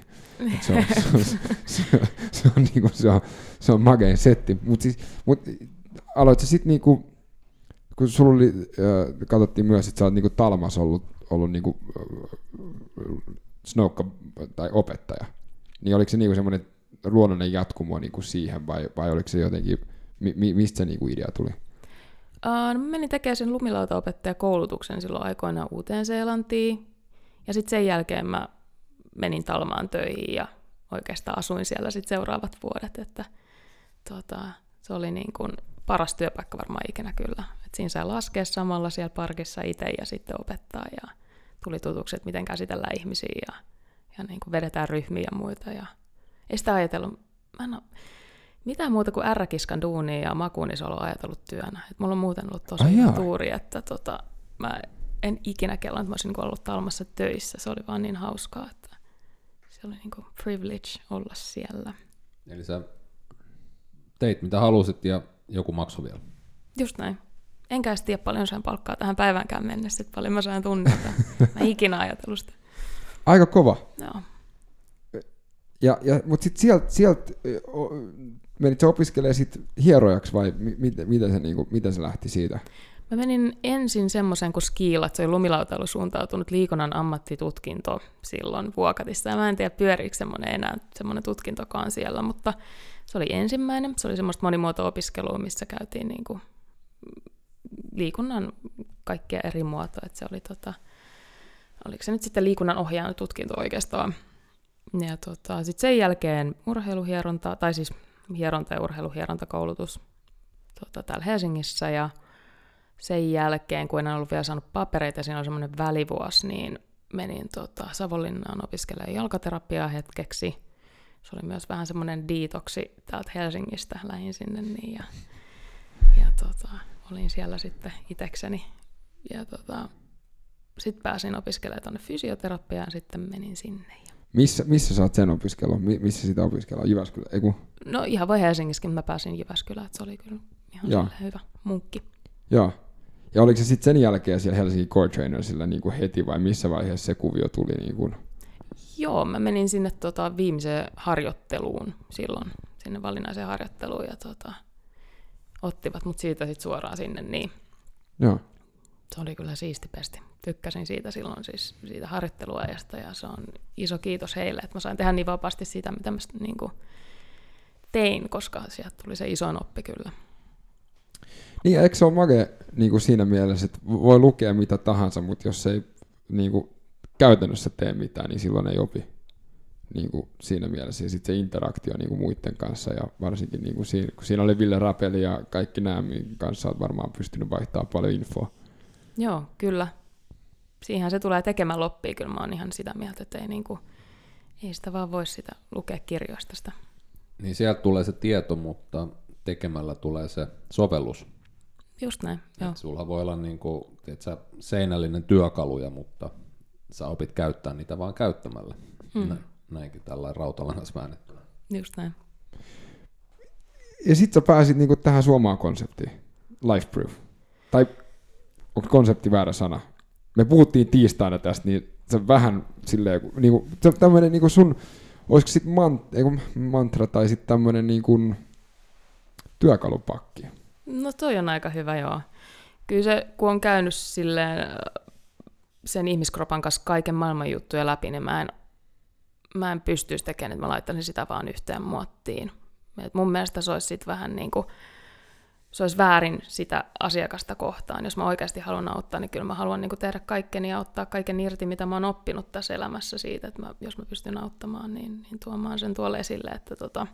Se on magein setti. Mutta aloit sä sitten niinku, kun sulla oli, katsottiin myös, että sä oot niinku Talmas ollut niinku snoukka tai opettaja, niin oliko se niinku semmoinen luonnollinen jatkumo niinku siihen vai oliko se jotenkin, mistä se niinku idea tuli? No, mä menin tekemään sen lumilautaopettajakoulutuksen silloin aikoinaan Uuteen-Seelantiin ja sitten sen jälkeen mä menin Talmaan töihin ja oikeastaan asuin siellä sit seuraavat vuodet, että se oli niin kuin paras työpaikka varmaan ikinä kyllä. Et siinä sai laskea samalla siellä parkissa itse ja sitten opettaa ja tuli tutuksi, että miten käsitellään ihmisiä ja niin kuin vedetään ryhmiä ja muita. Ja ei sitä ajatellut, mä en ole mitään muuta kuin R-kiskan duunia ja makuunisolo ajatellut työnä. Et mulla on muuten ollut tosi tuuri, että mä en ikinä kellannut, että mä olisin niin kuin ollut Talmassa töissä. Se oli vaan niin hauskaa, että se oli niin kuin privilege olla siellä. Eli sä teit mitä halusit ja joku maksoi vielä. Just näin. Enkä edes tiedä paljon sain palkkaa tähän päiväänkään mennessä, että paljon mä sain tunnilta. Mä ikinä ajatellut sitä. Aika kova. Joo. Mutta sitten sieltä menit sä opiskelemaan sit hierojaksi vai miten se lähti siitä? Mä menin ensin semmoisen kuin skiilat, se oli lumilautailu suuntautunut liikunnan ammattitutkinto silloin Vuokatissa. Ja mä en tiedä pyöriikö semmoinen tutkintokaan siellä, mutta se oli ensimmäinen. Se oli semmoista monimuoto-opiskelua, missä käytiin niinku liikunnan kaikkia eri muotoja. Et se oli oliko se nyt sitten liikunnan ohjaajan tutkinto oikeastaan. Ja sitten sen jälkeen urheiluhieronta, tai siis hieronta ja urheiluhierontakoulutus täällä Helsingissä. Ja sen jälkeen, kun en ollut vielä saanut papereita, siinä oli semmoinen välivuosi, niin menin Savonlinnaan opiskelemaan jalkaterapiaa hetkeksi. Se oli myös vähän semmoinen diitoksi täältä Helsingistä, lähdin sinne niin, ja olin siellä sitten itekseni. Ja sitten pääsin opiskelemaan tuonne fysioterapiaan ja sitten menin sinne. Missä sä oot sen opiskellut? Missä sitä opiskellaan? Jyväskylä? No ihan voi Helsingissäkin, mä pääsin Jyväskylään, että se oli kyllä ihan hyvä munkki. Joo. Ja oliko se sitten sen jälkeen siellä Helsingin Core Trainersilla niin kuin heti vai missä vaiheessa se kuvio tuli? Niin kuin? Joo, mä menin sinne viimeiseen harjoitteluun silloin, sinne valinnaiseen harjoitteluun ja ottivat mut siitä sitten suoraan sinne, niin joo. Se oli kyllä siisti pesti. Tykkäsin siitä silloin siis siitä harjoitteluajasta ja se on iso kiitos heille, että mä sain tehdä niin vapaasti siitä, mitä mä niin kuin tein, koska sieltä tuli se isoin oppi kyllä. Niin, eikö se ole mage niin kuin siinä mielessä, että voi lukea mitä tahansa, mutta jos ei niin kuin käytännössä tee mitään, niin silloin ei opi niin kuin siinä mielessä. Ja sitten se interaktio niin kuin muiden kanssa ja varsinkin niin kuin siinä, kun siinä oli Ville Räpeli ja kaikki nämä, minkä kanssa olet varmaan pystynyt vaihtamaan paljon infoa. Joo, kyllä. Siihen se tulee tekemään loppia. Kyllä mä oon ihan sitä mieltä, että ei sitä vaan voi sitä lukea kirjoista sitä. Niin sieltä tulee se tieto, mutta tekemällä tulee se sovellus. Just näin, joo. Et sulla voi olla niinku, tiedätkö, seinällinen työkaluja, mutta sä opit käyttää niitä vaan käyttämällä. Näinkin tällainen rautalangas väännettynä. Just näin. Ja sit sä pääsit niinku tähän suomaan konseptiin, Life Proof. Tai onko konsepti väärä sana? Me puhuttiin tiistaina tästä, niin se vähän silleen, niinku, tämmönen niinku sun, olisiko sit mantra tai sit tämmönen niinku työkalupakki? No toi on aika hyvä, joo. Kyllä se, kun on käynyt silleen sen ihmiskropan kanssa kaiken maailman juttuja läpi, niin mä en pystyisi tekemään, että mä laittaisin sitä vaan yhteen muottiin. Et mun mielestä se olisi sit vähän niin kuin, se olisi väärin sitä asiakasta kohtaan. Jos mä oikeasti haluan auttaa, niin kyllä mä haluan niin kuin tehdä kaikkeni ja ottaa kaiken irti, mitä mä oon oppinut tässä elämässä siitä, että jos mä pystyn auttamaan, niin tuomaan sen tuolle esille, että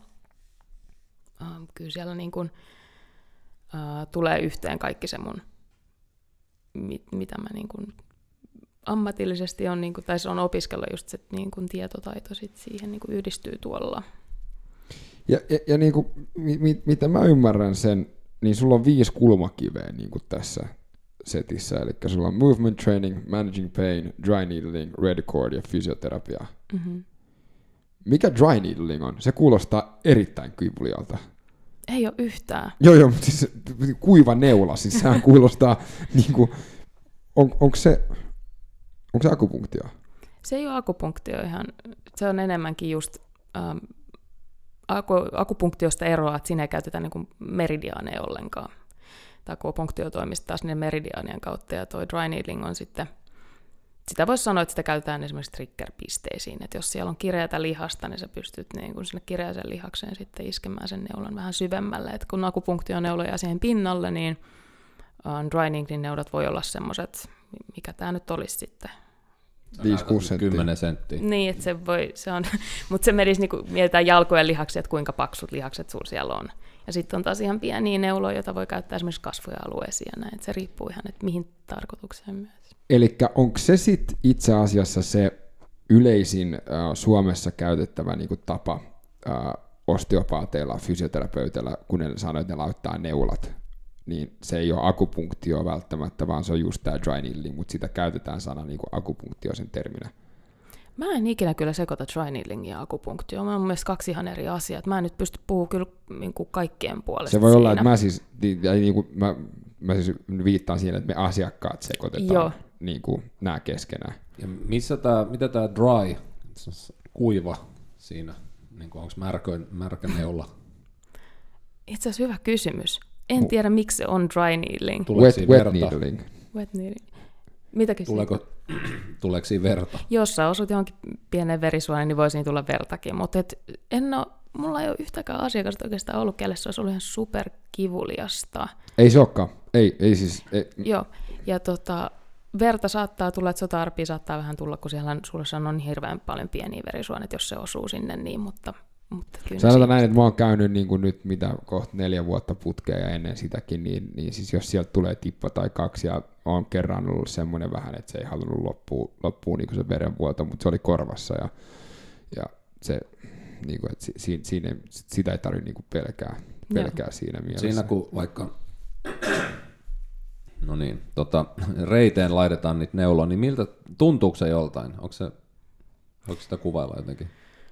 kyllä siellä niin kuin, tulee yhteen kaikki se mun, mitä mä niin kuin ammatillisesti on, niin kuin, tai se on opiskella just se niin kuin tietotaito sit siihen niin kuin yhdistyy tuolla. Ja niin kuin, mitä mä ymmärrän sen, niin sulla on 5 kulmakiveä niin kuin tässä setissä, eli sulla on movement training, managing pain, dry needling, red cord ja fysioterapia. Mm-hmm. Mikä dry needling on? Se kuulostaa erittäin kivulialta. Ei ole yhtään. Joo, mutta siis kuiva neula, siis sehän kuulostaa niin kuin, onko se akupunktio? Se ei ole akupunktio ihan, se on enemmänkin just akupunktiosta eroa, että siinä ei käytetä niin kuin meridiaaneja ollenkaan. Tai akupunktio toimisi taas niiden meridiaanien kautta, ja toi dry needling on sitten, sitä voisi sanoa, että sitä käytetään esimerkiksi trigger-pisteisiin, että jos siellä on kireätä lihasta, niin sä pystyt niin kuin sinne kireäseen lihakseen sitten iskemään sen neulan vähän syvemmälle, että kun akupunktioneulo jää siihen pinnalle, niin dry needling neulat voi olla semmoiset, mikä tämä nyt olisi sitten, 5-6 senttiä. 10 senttiä. Niin, että se on, mutta se menisi, niin kuin mietitään jalkojen lihaksia, että kuinka paksut lihakset sulla siellä on. Ja sitten on taas ihan pieniä neuloja, joita voi käyttää esimerkiksi kasvojen alueisiin ja näin. Se riippuu ihan, että mihin tarkoitukseen myös. Elikkä onko se sitten itse asiassa se yleisin Suomessa käytettävä niinku tapa osteopaateilla, fysioterapeuteilla, kun ne sanoo, että ne laittaa neulat, niin se ei ole akupunktio välttämättä, vaan se on just tämä dry needling, mutta sitä käytetään sana niin kuin akupunktio sen terminä. Mä en ikinä kyllä sekoita dry needlingia ja akupunktioon. Mä oon mun mielestä 2 ihan eri asiaa. Mä en nyt pysty puhumaan kyllä niin kuin kaikkien puolesta. Se voi siinä. olla, että mä siis viittaan siihen, että me asiakkaat sekoitetaan niin kuin nämä keskenään. Ja mitä tämä dry, kuiva siinä, niin onko märkä neula? Itse asiassa hyvä kysymys. En tiedä, miksi se on dry needling. Wet needling. Wet needling. Mitäkin Tuleeko siinä verta? Jos sä osut johonkin pienen verisuoneen, niin voisi tulla vertakin, mutta mulla ei ole yhtäkään asiakasta oikeastaan ollut, kelle se olisi ollut ihan superkivuliasta. Ei se olekaan. Ei siis. Ei. Joo, ja verta saattaa tulla, että sotaarpia saattaa vähän tulla, kun siellä suussa on hirveän paljon pieniä verisuonet, jos se osuu sinne niin, mutta sanotaan näin, että mä oon käynyt niin kuin nyt kohta 4 vuotta putkea ja ennen sitäkin, niin siis jos sieltä tulee tippa tai 2 ja on kerran ollut semmoinen vähän, että se ei halunnut loppua niin kuin se verenvuoto, mutta se oli korvassa ja se, niin kuin, että sitä ei tarvitse niin kuin pelkää siinä mielessä. Siinä kun vaikka reiteen laitetaan niitä neuloja, niin miltä tuntuuko se joltain? Onko sitä kuvailla jotenkin?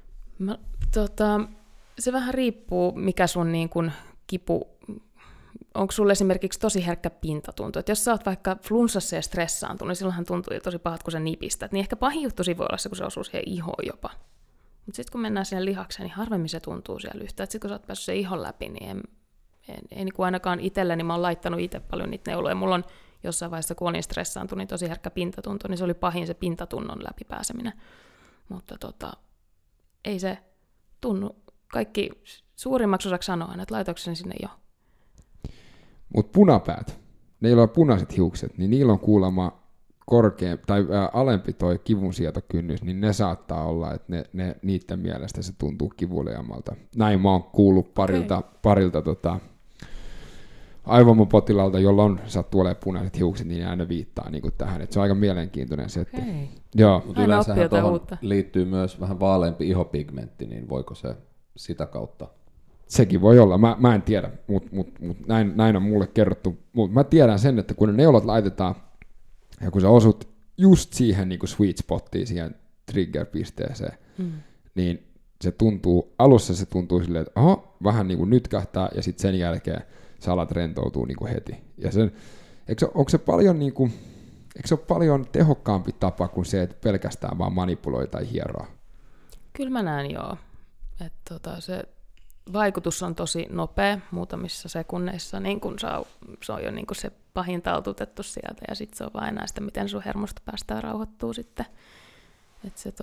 Se vähän riippuu, mikä sun niin kun kipu, onko sulle esimerkiksi tosi herkkä pintatuntu, että jos sä oot vaikka flunssassa ja stressaantunut, niin silloinhan tuntuu tosi pahat, kun sä nipistät, niin ehkä pahin juttu voi olla se, kun se osuu siihen ihoon jopa. Mutta sitten kun mennään sinne lihakseen, niin harvemmin se tuntuu siellä yhtään, että sitten kun sä oot päässyt sen ihon läpi, niin ei niin kuin ainakaan itselleni, mä oon laittanut itse paljon niitä neuloja, mulla on jossain vaiheessa, kun olin stressaantunut, niin tosi herkkä pintatuntu, niin se oli pahin se pintatunnon läpipääseminen, mutta ei se tunnu. Kaikki suurimmaksi osaksi sanoo aina, että laitoiko sen sinne jo. Mutta punapäät, ne joilla on punaiset hiukset, niin niillä on kuulemma alempi toi kivunsietokynnys, niin ne saattaa olla, että niiden mielestä se tuntuu kivuliaammalta. Näin mä oon kuullut parilta aivomopotilaalta, jolla on sattuu olemaan punaiset hiukset, niin aina viittaa niin kuin tähän, että se on aika mielenkiintoinen setti. Okay. Joo. Mutta yleensähän tuohon liittyy myös vähän vaaleampi ihopigmentti, niin voiko se sitä kautta Sekin voi olla, mä en tiedä, mutta näin on mulle kerrottu. Mutta mä tiedän sen, että kun ne neulat laitetaan, ja kun sä osut just siihen niin kuin sweet spottiin, siihen trigger-pisteeseen, niin alussa se tuntuu silleen, että vähän niin kuin nytkähtää, ja sitten sen jälkeen sä alat rentoutua niin kuin heti. Ja onko se paljon niin kuin, eikö se ole paljon tehokkaampi tapa kuin se, että pelkästään vaan manipuloi tai hieroa? Kyllä mä näen joo. Että se vaikutus on tosi nopea, muutamissa sekunneissa, niin kun se on jo niin kun se pahin taltutettu sieltä, ja sitten se on vain enää sitä, miten sun hermosta päästään rauhoittua sitten. Että se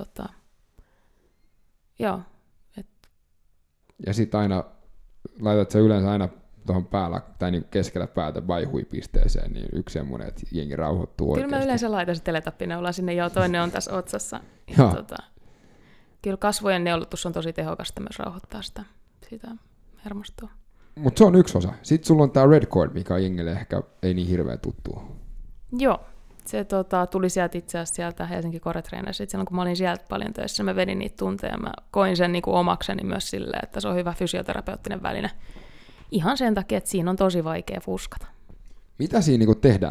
joo. Ja sitten aina, laitat sä yleensä aina tuohon päällä, tai niin keskellä päätä vaihuipisteeseen, niin yksi semmoinen, että jengi rauhoittuu oikeasti. Kyllä mä yleensä laitan se teletappineula sinne, joo, toinen on tässä otsassa. Kyllä kasvojen neulotus on tosi tehokasta myös rauhoittaa sitä hermostoa. Mutta se on yksi osa. Sitten sulla on tämä Red Cord, mikä on jengille ehkä ei niin hirveän tuttua. Joo, se tuli sieltä itse asiassa sieltä Helsinki Core-treeneissä. Silloin kun mä olin sieltä paljon töissä, mä vedin niitä tunteja. Mä koin sen niin kuin omakseni myös silleen, että se on hyvä fysioterapeuttinen väline. Ihan sen takia, että siinä on tosi vaikea fuskata. Mitä siinä niin kuin tehdään?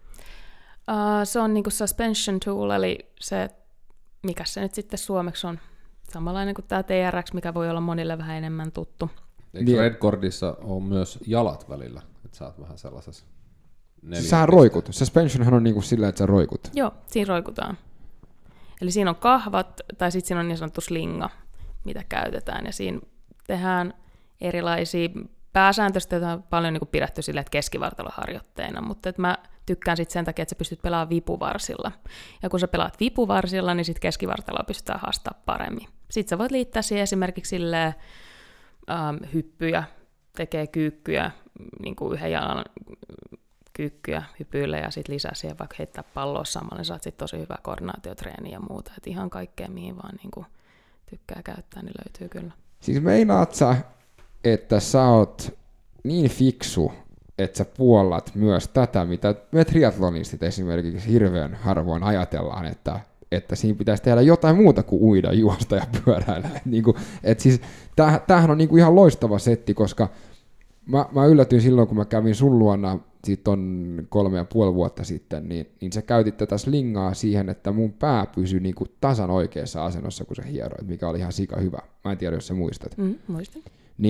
Se on niin kuin suspension tool, eli se, mikä se nyt sitten suomeksi on, samanlainen kuin tämä TRX, mikä voi olla monille vähän enemmän tuttu. Eikö Red Cordissa on myös jalat välillä? Että sä oot vähän sellaisessa sähän roikut. Suspensionhan on niin kuin sillä, että sä roikut. Joo, siinä roikutaan. Eli siinä on kahvat, tai sitten siinä on niin sanottu slinga, mitä käytetään, ja siinä tehdään erilaisia, pääsääntöisesti on paljon niin kuin pidetty silleen, että keskivartaloharjoitteina, mutta että mä tykkään sitten sen takia, että sä pystyt pelaamaan vipuvarsilla. Ja kun sä pelaat vipuvarsilla, niin sitten keskivartaloa pystytään haastamaan paremmin. Sitten sä voit liittää siihen esimerkiksi silleen, hyppyjä, tekee kyykkyjä, niin kuin yhden jalan kyykkyjä hypyille ja sitten lisää siihen vaikka heittää palloa samalla, niin saat sitten tosi hyvää koordinaatiotreeniä ja muuta. Et ihan kaikkea, mihin vaan niin kuin tykkää käyttää, niin löytyy kyllä. Siis meinaat sä, että sä oot niin fiksu, että sä puollat myös tätä, mitä me triathlonistit esimerkiksi hirveän harvoin ajatellaan, että siinä pitäisi tehdä jotain muuta kuin uida, juosta ja pyöräillä. Siis, tämähän on niinku ihan loistava setti, koska mä yllätyin silloin, kun mä kävin sun luona, siitä on 3,5 vuotta sitten, niin sä käytit tätä slingaa siihen, että mun pää pysyi niinku tasan oikeassa asennossa, kun sä hieroit, mikä oli ihan sika hyvä. Mä en tiedä, jos sä muistat. Muistan.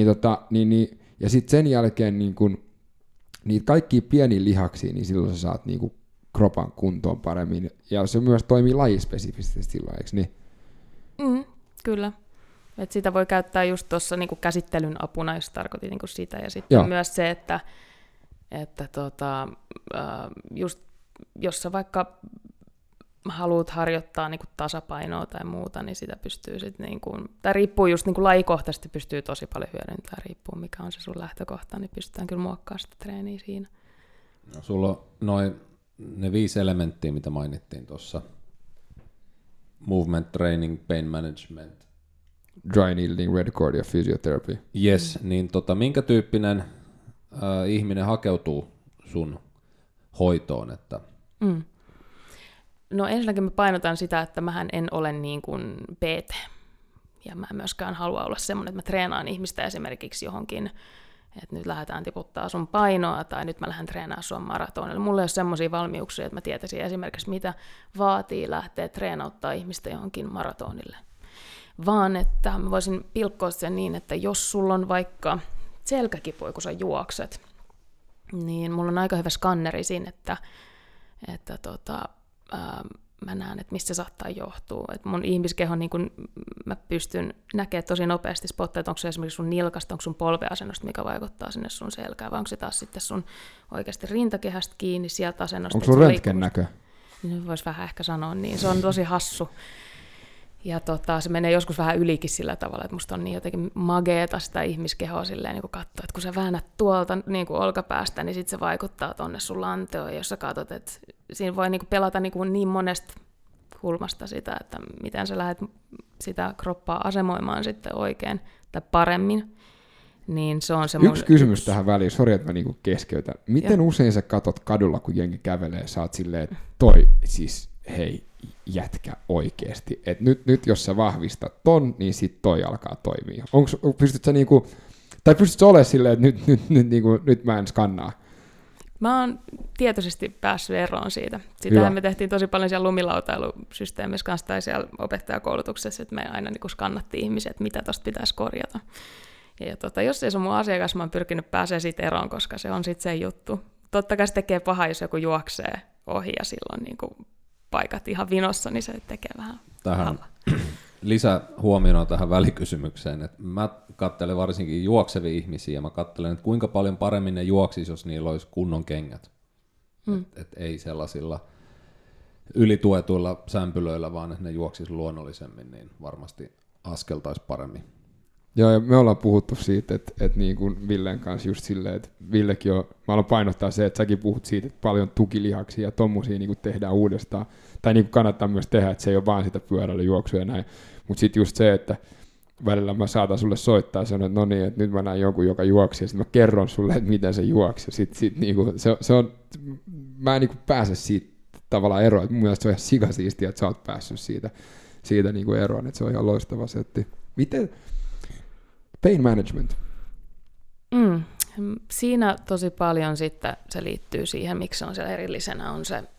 Ja sitten sen jälkeen niin kun, niitä kaikkia pieniä lihaksia, niin silloin sä saat niinku kropan kuntoon paremmin. Ja se myös toimii lajispesifisesti silloin, eikö niin? Kyllä. Et sitä voi käyttää just tuossa niinku käsittelyn apuna, jos tarkoitin niinku sitä. Ja sitten myös se, että just, jos sä vaikka haluat harjoittaa niinku tasapainoa tai muuta, niin sitä pystyy sitten, niinku, tai riippuu just niinku lajikohtaisesti, pystyy tosi paljon hyödyntämään, riippuu mikä on se sun lähtökohta, niin pystytään kyllä muokkaamaan sitä treeniä siinä. No, sulla on ne 5 elementtiä, mitä mainittiin tuossa. Movement, training, pain management. Dry needling, red cord ja physiotherapy. Yes, niin minkä tyyppinen ihminen hakeutuu sun hoitoon? Että... No ensinnäkin mä painotan sitä, että mähän en ole niin kuin PT. Ja mä en myöskään halua olla semmoinen, että mä treenaan ihmistä esimerkiksi johonkin, että nyt lähdetään tiputtaa sun painoa tai nyt mä lähden treenaamaan sua maratonille. Mulla ei ole semmoisia valmiuksia, että mä tietäisin esimerkiksi, mitä vaatii lähteä treenauttaa ihmistä johonkin maratonille. Vaan että mä voisin pilkkoa sen niin, että jos sulla on vaikka selkäkipuja, kun sä juokset, niin mulla on aika hyvä skanneri siinä, että mä näen, että mistä se saattaa johtua. Että mun ihmiskeho, niin kun mä pystyn näkemään tosi nopeasti spotteja, että onko se esimerkiksi sun nilkasta, onko sun polveasennosta, mikä vaikuttaa sinne sun selkään, vai onko se taas sitten sun oikeasti rintakehästä kiinni sieltä asennosta. Onko sun röntgennäkö? Niin voisi vähän ehkä sanoa niin. Se on tosi hassu. Ja se menee joskus vähän ylikin sillä tavalla, että musta on niin jotenkin mageeta sitä ihmiskehoa silleen niin katsoa, että kun sä väännät tuolta niin kuin olkapäästä, niin sitten se vaikuttaa tonne sun lanteoon, jos sä katsot, että siinä voi niin kuin pelata niin monesta kulmasta sitä, että miten sä lähdet sitä kroppaa asemoimaan sitten oikein tai paremmin. Niin se on se yksi kysymys tähän väliin, sori, että mä niinku keskeytän. Miten usein sä katot kadulla, kun jengi kävelee, sä oot silleen, toi siis, hei, jätkä oikeesti. Et nyt jos sä vahvistat ton, niin sit toi alkaa toimia. Pystyt sä niinku Tai pystytkö olemaan silleen, että nyt mä en skannaa? Mä oon tietoisesti päässyt eroon siitä. Sitähän me tehtiin tosi paljon siellä lumilautailusysteemissä kanssa tai siellä opettajakoulutuksessa, että me aina niin skannattiin ihmisiä, että mitä tosta pitäisi korjata. Ja jos ei se ole mun asiakas, mä oon pyrkinyt pääsemään siitä eroon, koska se on sitten se juttu. Totta kai se tekee paha, jos joku juoksee ohi ja silloin niin kuin paikat ihan vinossa, niin se tekee vähän tähän lisähuomiona tähän välikysymykseen, että mä katselen varsinkin juoksevia ihmisiä ja mä katselen, että kuinka paljon paremmin ne juoksisi, jos niillä olisi kunnon kengät. Et ei sellaisilla ylituetuilla sämpylöillä, vaan että ne juoksisi luonnollisemmin, niin varmasti askeltaisi paremmin. Joo, ja me ollaan puhuttu siitä, että niin kuin Villen kanssa just silleen, että Villekin on, mä haluan painottaa se, että säkin puhut siitä, että paljon tukilihaksia ja tommosia niin kuin tehdään uudestaan, tai niin kuin kannattaa myös tehdä, että se ei ole vaan sitä pyöräilyjuoksua ja näin, mutta sitten just se, että välillä mä saatan sulle soittaa ja sanoa, että no niin, että nyt mä näen jonkun, joka juoksi, ja sitten mä kerron sulle, että miten se juoksi, ja sit niin kuin, se on, mä en niin kuin pääse siitä tavallaan eroon, että mun mielestä se on ihan sikasiistiä, että sä oot päässyt siitä niin kuin eroon, että se on ihan loistava setti. Miten pain management? Siinä tosi paljon sitten se liittyy siihen, miksi se on siellä erillisenä, on se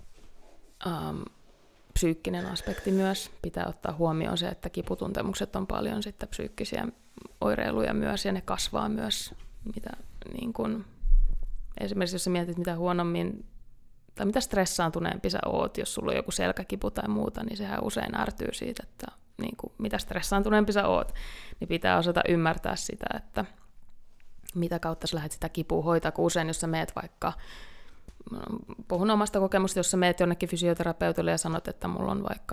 psyykkinen aspekti myös. Pitää ottaa huomioon se, että kiputuntemukset on paljon sitten psyykkisiä oireiluja myös, ja ne kasvaa myös, mitä niin kun, esimerkiksi jos sä mietit, mitä huonommin tai mitä stressaantuneempi sä oot, jos sulla on joku selkäkipu tai muuta, niin sehän usein ärtyy siitä, että niin kuin, mitä stressaantuneempi sä oot, niin pitää osata ymmärtää sitä, että mitä kautta sä lähdet sitä kipua hoitaa, kun usein jos sä meet vaikka, puhun omasta kokemusta, jos sä meet jonnekin fysioterapeutille ja sanot, että mulla on vaikka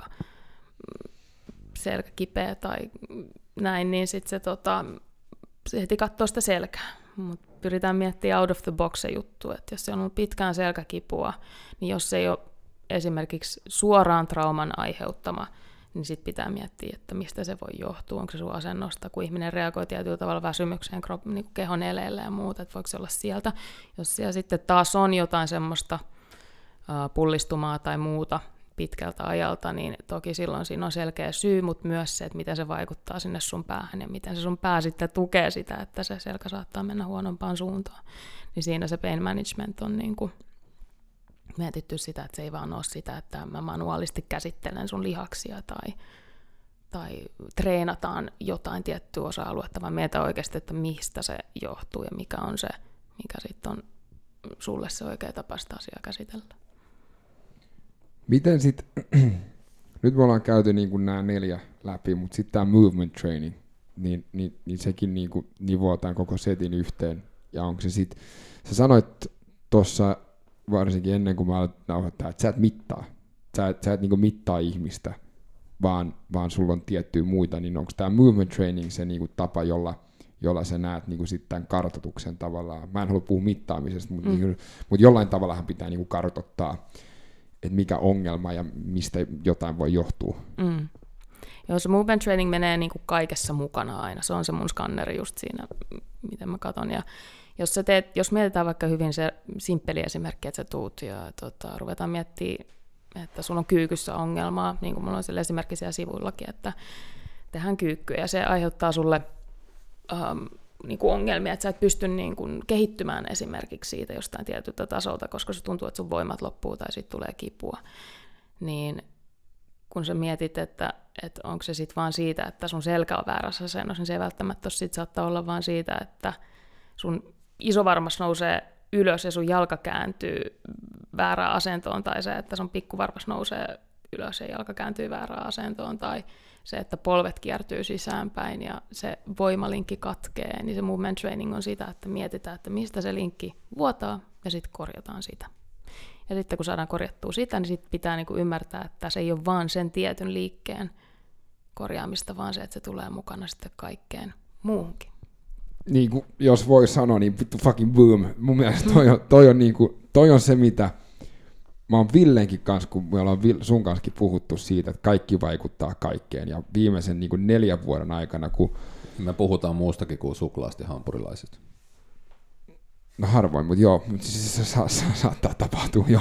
selkä kipeä tai näin, niin sitten se heti katsoo sitä selkää. Mutta pyritään miettimään out of the box se juttu, että jos se on ollut pitkään selkäkipua, niin jos se ei ole esimerkiksi suoraan trauman aiheuttama, niin sitten pitää miettiä, että mistä se voi johtua. Onko se sun asennosta, kun ihminen reagoi tietyllä tavalla väsymykseen, niin kuin kehon eleille ja muuta, että voiko se olla sieltä. Jos siellä sitten taas on jotain semmoista pullistumaa tai muuta pitkältä ajalta, niin toki silloin siinä on selkeä syy, mutta myös se, että miten se vaikuttaa sinne sun päähän ja miten se sun pää sitten tukee sitä, että se selkä saattaa mennä huonompaan suuntaan. Niin siinä se pain management on niin kuin mietitty sitä, että se ei vaan ole sitä, että mä manuaalisti käsittelen sun lihaksia tai treenataan jotain tiettyä osa-aluetta, vaan mietitään oikeasti, että mistä se johtuu ja mikä on se, mikä sitten on sulle se oikea tapa sitä asiaa käsitellä. Miten sitten, nyt me ollaan käyty niin kuin nämä 4 läpi, mutta sitten tämä movement training, niin sekin niin kuin nivoo tämän koko setin yhteen. Ja onko se sitten, sä sanoit tuossa varsinkin ennen kuin mä aloin nauhoittaa, että sä et mittaa. Sä et niin kuin mittaa ihmistä, vaan sulla on tiettyjä muita, niin onko tämä movement training se niin kuin tapa, jolla sä näet niin kuin sitten tämän kartoituksen tavallaan. Mä en halua puhua mittaamisesta, mutta mutta jollain tavallahan pitää niin kuin kartoittaa, että mikä ongelma ja mistä jotain voi johtua. Joo, se movement training menee niin kuin kaikessa mukana aina. Se on se mun skanneri just siinä, miten mä katon. Ja jos mietitään vaikka hyvin se simppeli esimerkki, että sä tuut ja ruvetaan miettimään, että sulla on kyykyssä ongelmaa, niin kuin mulla on sillä esimerkki siellä sivuillakin, että tehdään kyykkyä ja se aiheuttaa sulle niin kuin ongelmia, että sä et pysty niin kuin kehittymään esimerkiksi siitä jostain tietyltä tasolta, koska se tuntuu, että sun voimat loppuu tai sitten tulee kipua. Niin kun sä mietit, että onko se sitten vaan siitä, että sun selkä on väärässä asennossa, niin se ei välttämättä ole, sit saattaa olla vaan siitä, että sun isovarmas nousee ylös ja sun jalka kääntyy väärään asentoon, tai se, että sun pikkuvarvas nousee ylös ja jalka kääntyy väärään asentoon, tai se, että polvet kiertyy sisäänpäin ja se voimalinkki katkee, niin se movement training on sitä, että mietitään, että mistä se linkki vuotaa, ja sitten korjataan sitä. Ja sitten kun saadaan korjattua sitä, niin sitten pitää niinku ymmärtää, että se ei ole vaan sen tietyn liikkeen korjaamista, vaan se, että se tulee mukana sitten kaikkeen muuhunkin. Niin kuin, jos voi sanoa, niin vittu fucking boom. Mun mielestä toi on se, mitä mä oon Villenkin kanssa, kun me ollaan sun kanssakin puhuttu siitä, että kaikki vaikuttaa kaikkeen. Ja viimeisen niin kuin 4 vuoden aikana, kun me puhutaan muustakin kuin suklaasta ja hampurilaiset. No harvoin, mutta joo, se saattaa tapahtua jo.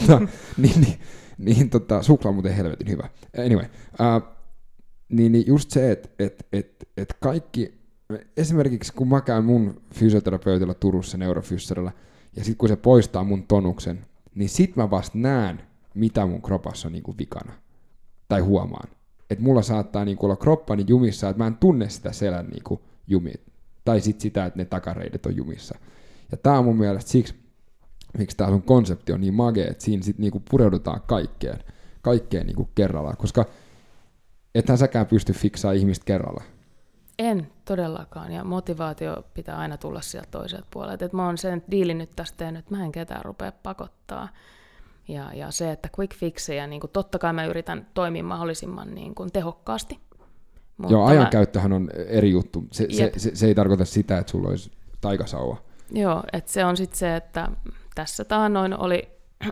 Suklaa on muuten helvetin hyvä. Anyway, niin just se, että kaikki esimerkiksi kun mä käyn mun fysioterapeutilla Turussa neurofyssarilla, ja sitten kun se poistaa mun tonuksen, niin sit mä vasta näen, mitä mun kropassa on niinku vikana. Tai huomaan. Että mulla saattaa niinku olla kroppani jumissa, että mä en tunne sitä selän niinku jumia. Tai sit sitä, että ne takareidet on jumissa. Ja tää on mun mielestä siksi, miksi tää sun konsepti on niin magea, että siinä sit niinku pureudutaan kaikkeen niinku kerralla. Koska ethän säkään pysty fiksaa ihmistä kerralla. En todellakaan, ja motivaatio pitää aina tulla sieltä toiselta puolelta. Et mä oon sen diilin nyt tästä tehnyt, että mä en ketään rupea pakottaa. Ja se, että quick fixejä, niin totta kai mä yritän toimia mahdollisimman niin kuin tehokkaasti. Joo, ajankäyttöhän on eri juttu. Se ei tarkoita sitä, että sulla olisi taikasauva. Joo, että se on sitten se, että tässä taannoin oli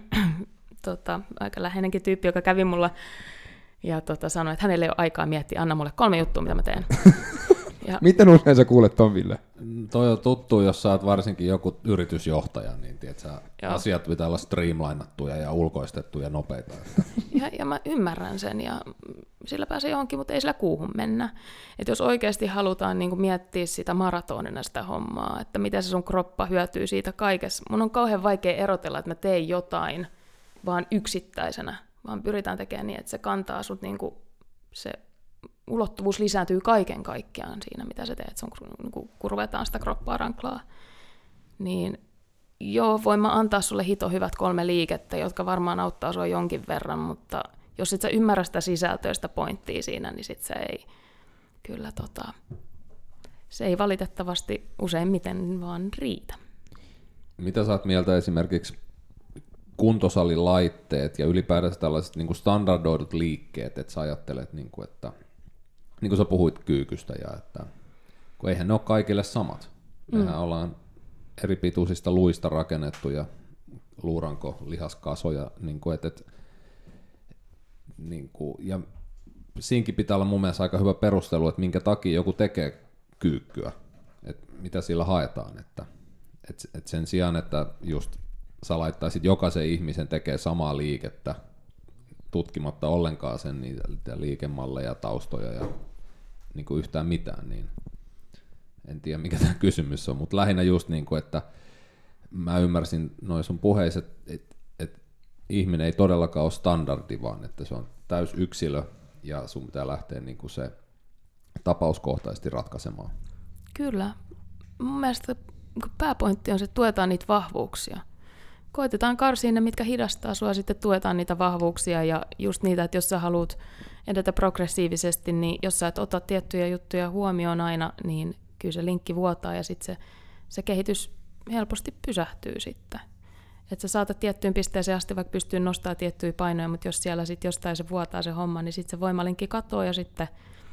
aika läheinenkin tyyppi, joka kävi mulla ja sanoi, että hänellä ei ole aikaa miettiä, anna mulle 3 juttua, mitä mä teen. Ja miten usein sä kuulet ton, Ville? Toi on tuttu, jos sä oot varsinkin joku yritysjohtaja, niin tiedätkö, asiat pitää olla streamlinattuja ja ulkoistettuja nopeita. Ja mä ymmärrän sen, ja sillä pääsee johonkin, mutta ei sillä kuuhun mennä. Et jos oikeasti halutaan niin kuin miettiä sitä maratonina sitä hommaa, että miten se sun kroppa hyötyy siitä kaikessa. Mun on kauhean vaikea erotella, että mä teen jotain vaan yksittäisenä, vaan pyritään tekemään niin, että se kantaa sut niin kuin se ulottuvuus lisääntyy kaiken kaikkiaan siinä, mitä sä teet, kun ruvetaan sitä kroppaa ranklaa. Niin joo, voin mä antaa sulle hito hyvät 3 liikettä, jotka varmaan auttaa sua jonkin verran, mutta jos et sä ymmärrä sitä sisältöä, sitä pointtia siinä, niin sit se ei kyllä se ei valitettavasti useimmiten vaan riitä. Mitä sä oot mieltä esimerkiksi kuntosalilaitteet ja ylipäätänsä tällaiset niin kuin standardoidut liikkeet, että sä ajattelet, niin kuin, että niin kuin sä puhuit kyykystä, ja että kun eihän ne ole kaikille samat. Mehän ollaan eri pituisista luista rakennettuja luuranko-lihaskasoja, niin kuin, niin kuin, ja siinäkin pitää olla mun mielestä aika hyvä perustelu, että minkä takia joku tekee kyykkyä, että mitä sillä haetaan, että sen sijaan, että just sä laittaisit jokaisen ihmisen tekee samaa liikettä, tutkimatta ollenkaan sen niitä liikemalleja, taustoja ja niin kuin yhtään mitään, niin en tiedä mikä tämä kysymys on, mutta lähinnä just niin kuin, että mä ymmärsin noin sun puheissa, että ihminen ei todellakaan ole standardi, vaan että se on täys yksilö ja sun pitää lähteä niin kuin se tapauskohtaisesti ratkaisemaan. Kyllä. Mun mielestä pääpointti on se, että tuetaan niitä vahvuuksia. Koitetaan karsia ne, mitkä hidastaa sua, sitten tuetaan niitä vahvuuksia ja just niitä, että jos sä haluat edetä progressiivisesti, niin jos sä et ota tiettyjä juttuja huomioon aina, niin kyllä se linkki vuotaa ja sitten se kehitys helposti pysähtyy sitten. Että sä saatat tiettyyn pisteeseen asti vaikka pystyy nostamaan tiettyjä painoja, mutta jos siellä sitten jostain se vuotaa se homma, niin sitten se voimalinkki katoaa ja sitten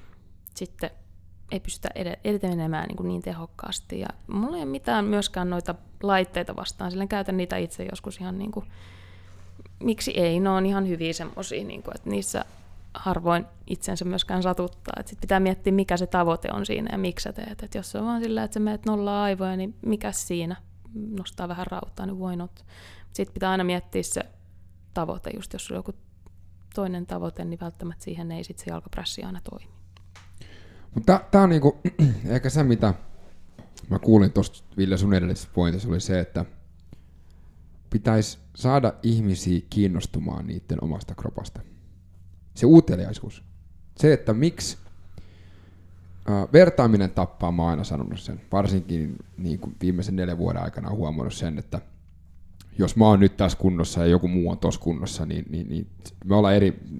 ei pystytä etenemään niin tehokkaasti. Ja mulla ei ole mitään myöskään noita laitteita vastaan, sillä käytän niitä itse joskus ihan niin kuin, miksi ei, ne on ihan hyviä semmosia, niin kuin, että niissä harvoin itsensä myöskään satuttaa. Että sit pitää miettiä, mikä se tavoite on siinä ja miksi sä teet. Et jos se on vaan sillä, että sä menet nollaa aivoja, niin mikä siinä? Nostaa vähän rautaa, niin why not? Sitten pitää aina miettiä se tavoite, just jos on joku toinen tavoite, niin välttämättä siihen ei sit se jalkaprässi aina toimi. Mutta tämä on niinku, ehkä se, mitä mä kuulin tuosta Ville sun edellisessä pointissa, oli se, että pitäisi saada ihmisiä kiinnostumaan niiden omasta kropasta. Se uteliaisuus. Se, että miksi vertaaminen tappaa, mä oon aina sanonut sen. Varsinkin niin kuin viimeisen 4 vuoden aikana olen huomannut sen, että jos mä oon nyt tässä kunnossa ja joku muu on tuossa kunnossa, niin me ollaan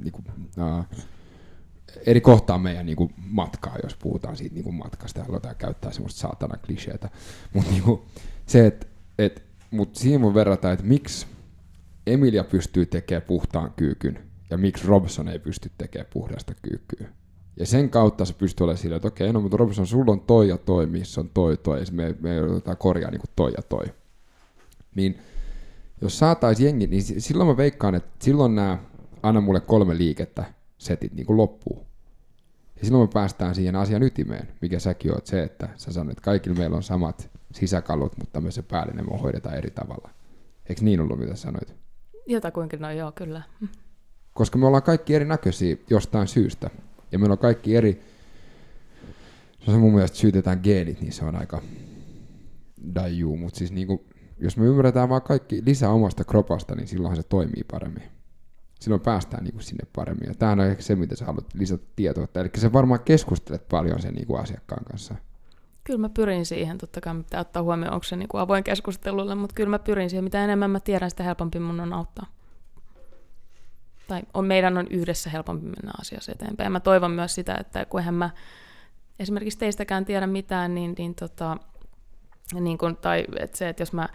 eri kohtaa meidän niin kuin matkaa, jos puhutaan siitä niin kuin matkasta ja halutaan käyttää semmoista saatana kliseetä. Mutta niin se, mutta siinä voi verrata, että miksi Emilia pystyy tekemään puhtaan kyykyn ja miksi Robson ei pysty tekemään puhdasta kyykkyä. Ja sen kautta se pystyy olemaan sillä, että okei, no mutta Robson, sulla on toi ja toi, missä on toi, ja me joudutaan korjaa niin kuin toi ja toi. Niin jos saataisiin jengi, niin silloin mä veikkaan, että silloin nämä anna mulle 3 liikettä setit niin kuin loppuu. Ja silloin me päästään siihen asian ytimeen, mikä säkin oot se, että sä sanoit, että kaikilla meillä on samat sisäkalut, mutta myös se päällinen me hoidetaan eri tavalla. Eikö niin ollut, mitä sanoit? Jotakuinkin, no joo, kyllä. Koska me ollaan kaikki erinäköisiä jostain syystä. Ja meillä on kaikki eri se mun mielestä syytetään geenit, niin se on aika dajuu, mutta siis niinku, jos me ymmärretään vaan kaikki lisää omasta kropasta, niin silloin se toimii paremmin. Silloin päästään niinku sinne paremmin. Ja tämä on ehkä se, mitä sä haluat lisätä tietoutta. Eli sä varmaan keskustelet paljon sen niinku asiakkaan kanssa. Kyllä mä pyrin siihen, totta kai pitää ottaa huomioon, onko se niinku avoin keskustelulle, mutta kyllä mä pyrin siihen, mitä enemmän mä tiedän, sitä helpompi mun on auttaa. Tai meidän on yhdessä helpompi mennä asiassa eteenpäin. Ja mä toivon myös sitä, että kun eihän mä esimerkiksi teistäkään tiedä mitään, niin kun, tai että se, että jos mä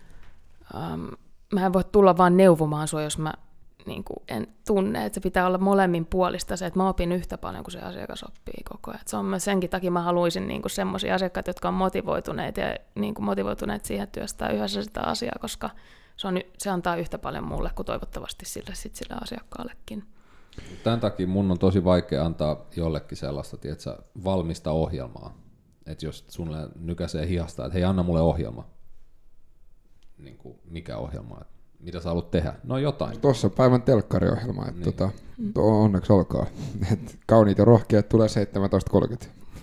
en voi tulla vaan neuvomaan sua, jos mä niin kuin en tunne, että se pitää olla molemmin puolista se, että mä opin yhtä paljon kuin se asiakas oppii koko ajan. Et se on myös senkin takia mä haluaisin niin kuin semmoisia asiakkaita, jotka on motivoituneet ja niin kuin motivoituneet siihen työstää yhdessä sitä asiaa, koska se antaa yhtä paljon mulle kuin toivottavasti sille asiakkaallekin. Tämän takia mun on tosi vaikea antaa jollekin sellaista, tiedätkö, valmista ohjelmaa. Että jos sulle nykäisee hihasta, että hei, anna mulle ohjelma. Niin kuin, mikä ohjelma? Mitä sä haluat tehdä? No jotain. Tuossa on päivän telkkariohjelma, että niin. Onneksi olkoon. Kauniit ja rohkeat tulee 17.30.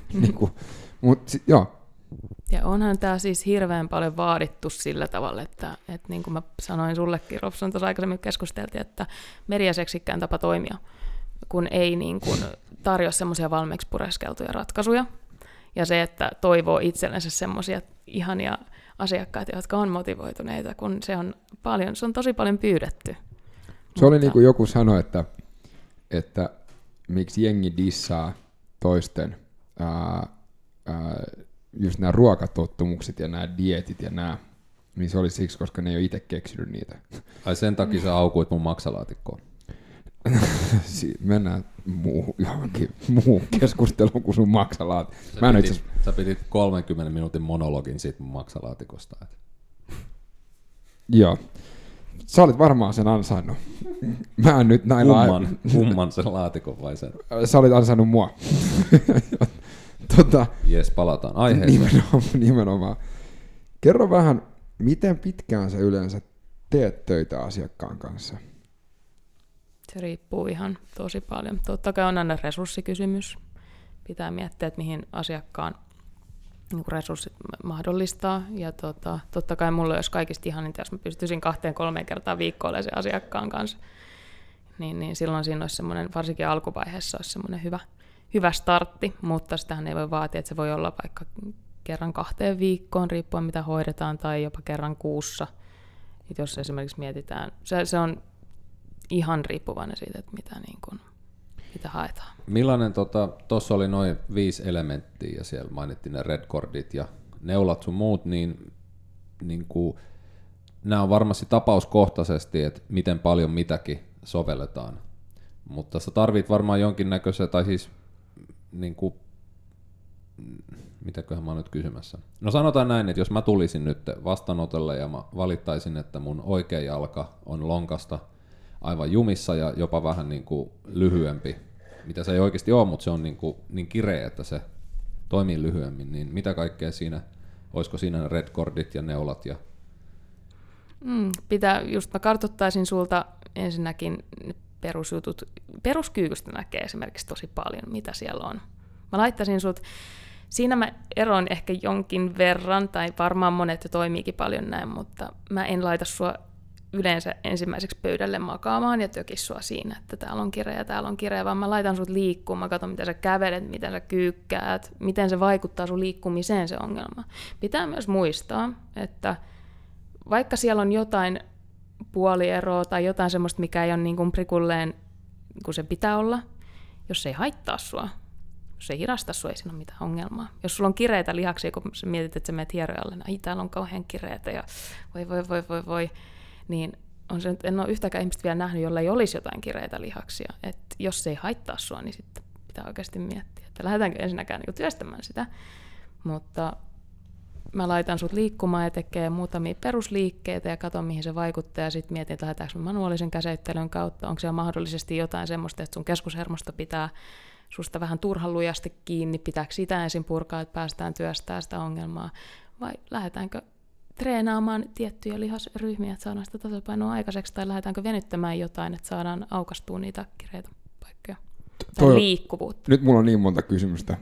Joo. Ja onhan tämä siis hirveän paljon vaadittu sillä tavalla, että niin kuin mä sanoin sullekin, Robson, tuossa aikaisemmin keskusteltiin, että meriäseksikkään tapa toimia, kun ei niin kuin tarjoa semmoisia valmiiksi pureskeltuja ratkaisuja. Ja se, että toivoo itsellensä semmoisia ihania asiakkaita, jotka on motivoituneita, kun se on tosi paljon pyydetty. Se oli niin kuin joku sanoi, että miksi jengi dissaa toisten just nämä ruokatottumukset ja nämä dieetit ja nämä, niin se oli siksi, koska ne ei ole itse keksinyt niitä. Ai sen takia sä aukuit mun maksalaatikkoon. Mennään johonkin muuhun keskusteluun kuin sun maksalaatikko. Sä pidit 30 minuutin monologin siitä mun maksalaatikosta. Joo. Sä olit varmaan sen ansainnut. Mä en nyt näillä... Kumman sen laatikon vai sen? Sä olit ansainnut mua. Jes, palataan aiheeseen. Nimenomaan. Kerro vähän, miten pitkään sä yleensä teet töitä asiakkaan kanssa? Se riippuu ihan tosi paljon. Totta kai on aina resurssikysymys. Pitää miettiä, että mihin asiakkaan niin resurssit mahdollistaa. Ja totta kai mulla olisi kaikista ihaninta, jos mä pystyisin 2-3 kertaa viikkoon olemaan sen asiakkaan kanssa. Niin silloin siinä olisi semmoinen, varsinkin alkuvaiheessa olisi semmoinen hyvä startti, mutta sitähän ei voi vaatia, että se voi olla vaikka kerran 2 viikkoon, riippuen mitä hoidetaan, tai jopa kerran kuussa. Et jos esimerkiksi mietitään, se on ihan riippuvainen siitä, että mitä haetaan. Millainen, tuossa oli noin 5 elementtiä, ja siellä mainittiin ne redcordit ja neulat sun muut, niin kuin, nämä on varmasti tapauskohtaisesti, että miten paljon mitäkin sovelletaan. Mutta sä tarvit varmaan jonkinnäköisen, tai siis niin kuin, mitäköhän mä oon nyt kysymässä. No sanotaan näin, että jos mä tulisin nyt vastaanotolle ja mä valittaisin, että mun oikea jalka on lonkasta aivan jumissa ja jopa vähän niin kuin lyhyempi, mitä se ei oikeasti ole, mutta se on niin kireä, että se toimii lyhyemmin, niin mitä kaikkea siinä, olisiko siinä redcordit ja neulat? Ja... Mä kartoittaisin sulta ensinnäkin perusjutut. Peruskyykystä näkee esimerkiksi tosi paljon, mitä siellä on. Mä laittaisin sut, siinä mä eroin ehkä jonkin verran, tai varmaan monet toimiikin paljon näin, mutta mä en laita sua yleensä ensimmäiseksi pöydälle makaamaan ja tökis sua siinä, että täällä on kireä, vaan mä laitan sut liikkumaan, mä katson, miten sä kävelet, miten sä kyykkäät, miten se vaikuttaa sun liikkumiseen se ongelma. Pitää myös muistaa, että vaikka siellä on jotain puolieroa tai jotain semmoista, mikä ei ole niin kuin prikulleen kuin se pitää olla, jos se ei haittaa sua, jos se ei hidasta sua, ei siinä ole mitään ongelmaa. Jos sulla on kireitä lihaksia, kun sä mietit, että sä menet hierojalle, niin täällä on kauhean kireitä ja voi, niin en ole yhtäkään ihmistä vielä nähnyt, jolla ei olisi jotain kireitä lihaksia. Et jos se ei haittaa sua, niin sitten pitää oikeasti miettiä, että lähdetäänkö ensinnäkään niin työstämään sitä. Mutta mä laitan sut liikkumaan ja tekee muutamia perusliikkeitä ja katson, mihin se vaikuttaa. Ja sitten mietin, että lähdetäänkö manuaalisen käsittelyn kautta. Onko siellä mahdollisesti jotain semmoista, että sun keskushermosto pitää susta vähän turhan lujasti kiinni. Pitääkö sitä ensin purkaa, että päästään työstämään sitä ongelmaa? Vai lähdetäänkö treenaamaan tiettyjä lihasryhmiä, että saadaan sitä tasapainoa aikaiseksi, tai lähdetäänkö venyttämään jotain, että saadaan aukastua niitä kireitä paikkoja. Tai liikkuvuutta. Nyt mulla on niin monta kysymystä.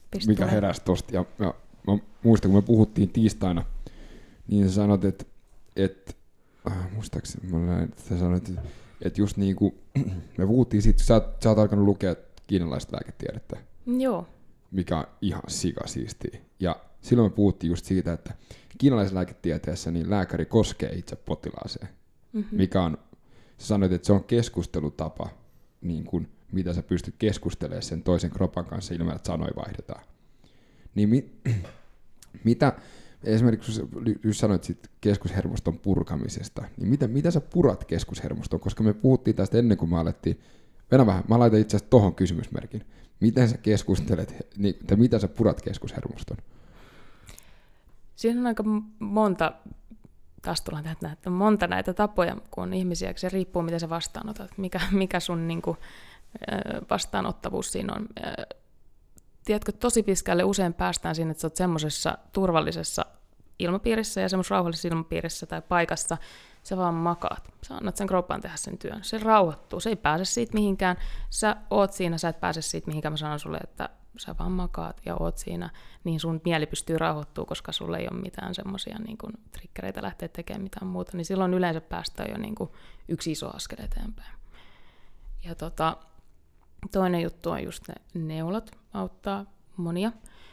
mikä heräsi tosta. Ja mä muistan, kun me puhuttiin tiistaina, niin sä sanot, että muistaakseni mä näin, että sä sanoit, että just niin kuin me puhuttiin siitä, sä oot alkanut lukea kiinalaista lääketiedettä. Joo. Mikä on ihan sikasiistiä. Ja silloin me puhuttiin just siitä, että kiinalaisessa lääketieteessä niin lääkäri koskee itse potilaaseen. Mikä on, sä sanoit, että se on keskustelutapa, niin kuin, mitä sä pystyt keskustelemaan sen toisen kropan kanssa ilman, että sanoja vaihdetaan. Niin mitä, esimerkiksi jos sanoit sit keskushermoston purkamisesta, niin mitä sä purat keskushermoston? Koska me puhuttiin tästä ennen kuin me alettiin, mä laitan itse asiassa tohon kysymysmerkin. Miten sä keskustelet, tai mitä sä purat keskushermoston? Siinä on aika monta, taas tullaan tähän, että monta näitä tapoja, kun on ihmisiä, se riippuu, miten sä vastaanotat, mikä sun niin kuin, vastaanottavuus siinä on. Tiedätkö, tosi pitkälle usein päästään siinä, että sä oot semmoisessa turvallisessa ilmapiirissä ja semmoisessa rauhallisessa ilmapiirissä tai paikassa, sä vaan makaat. Sä annat sen kropan tehdä sen työn. Se rauhoittuu, se ei pääse siitä mihinkään. Sä oot siinä, sä et pääse siitä mihinkään. Mä sanon sulle, että sä vaan makaat ja oot siinä, niin sun mieli pystyy rauhoittumaan, koska sulla ei ole mitään semmoisia niin kuin triggereitä lähteä tekemään mitään muuta. Niin silloin yleensä päästään jo niin kuin yksi iso askel eteenpäin. Ja toinen juttu on just ne neulat, auttaa monia.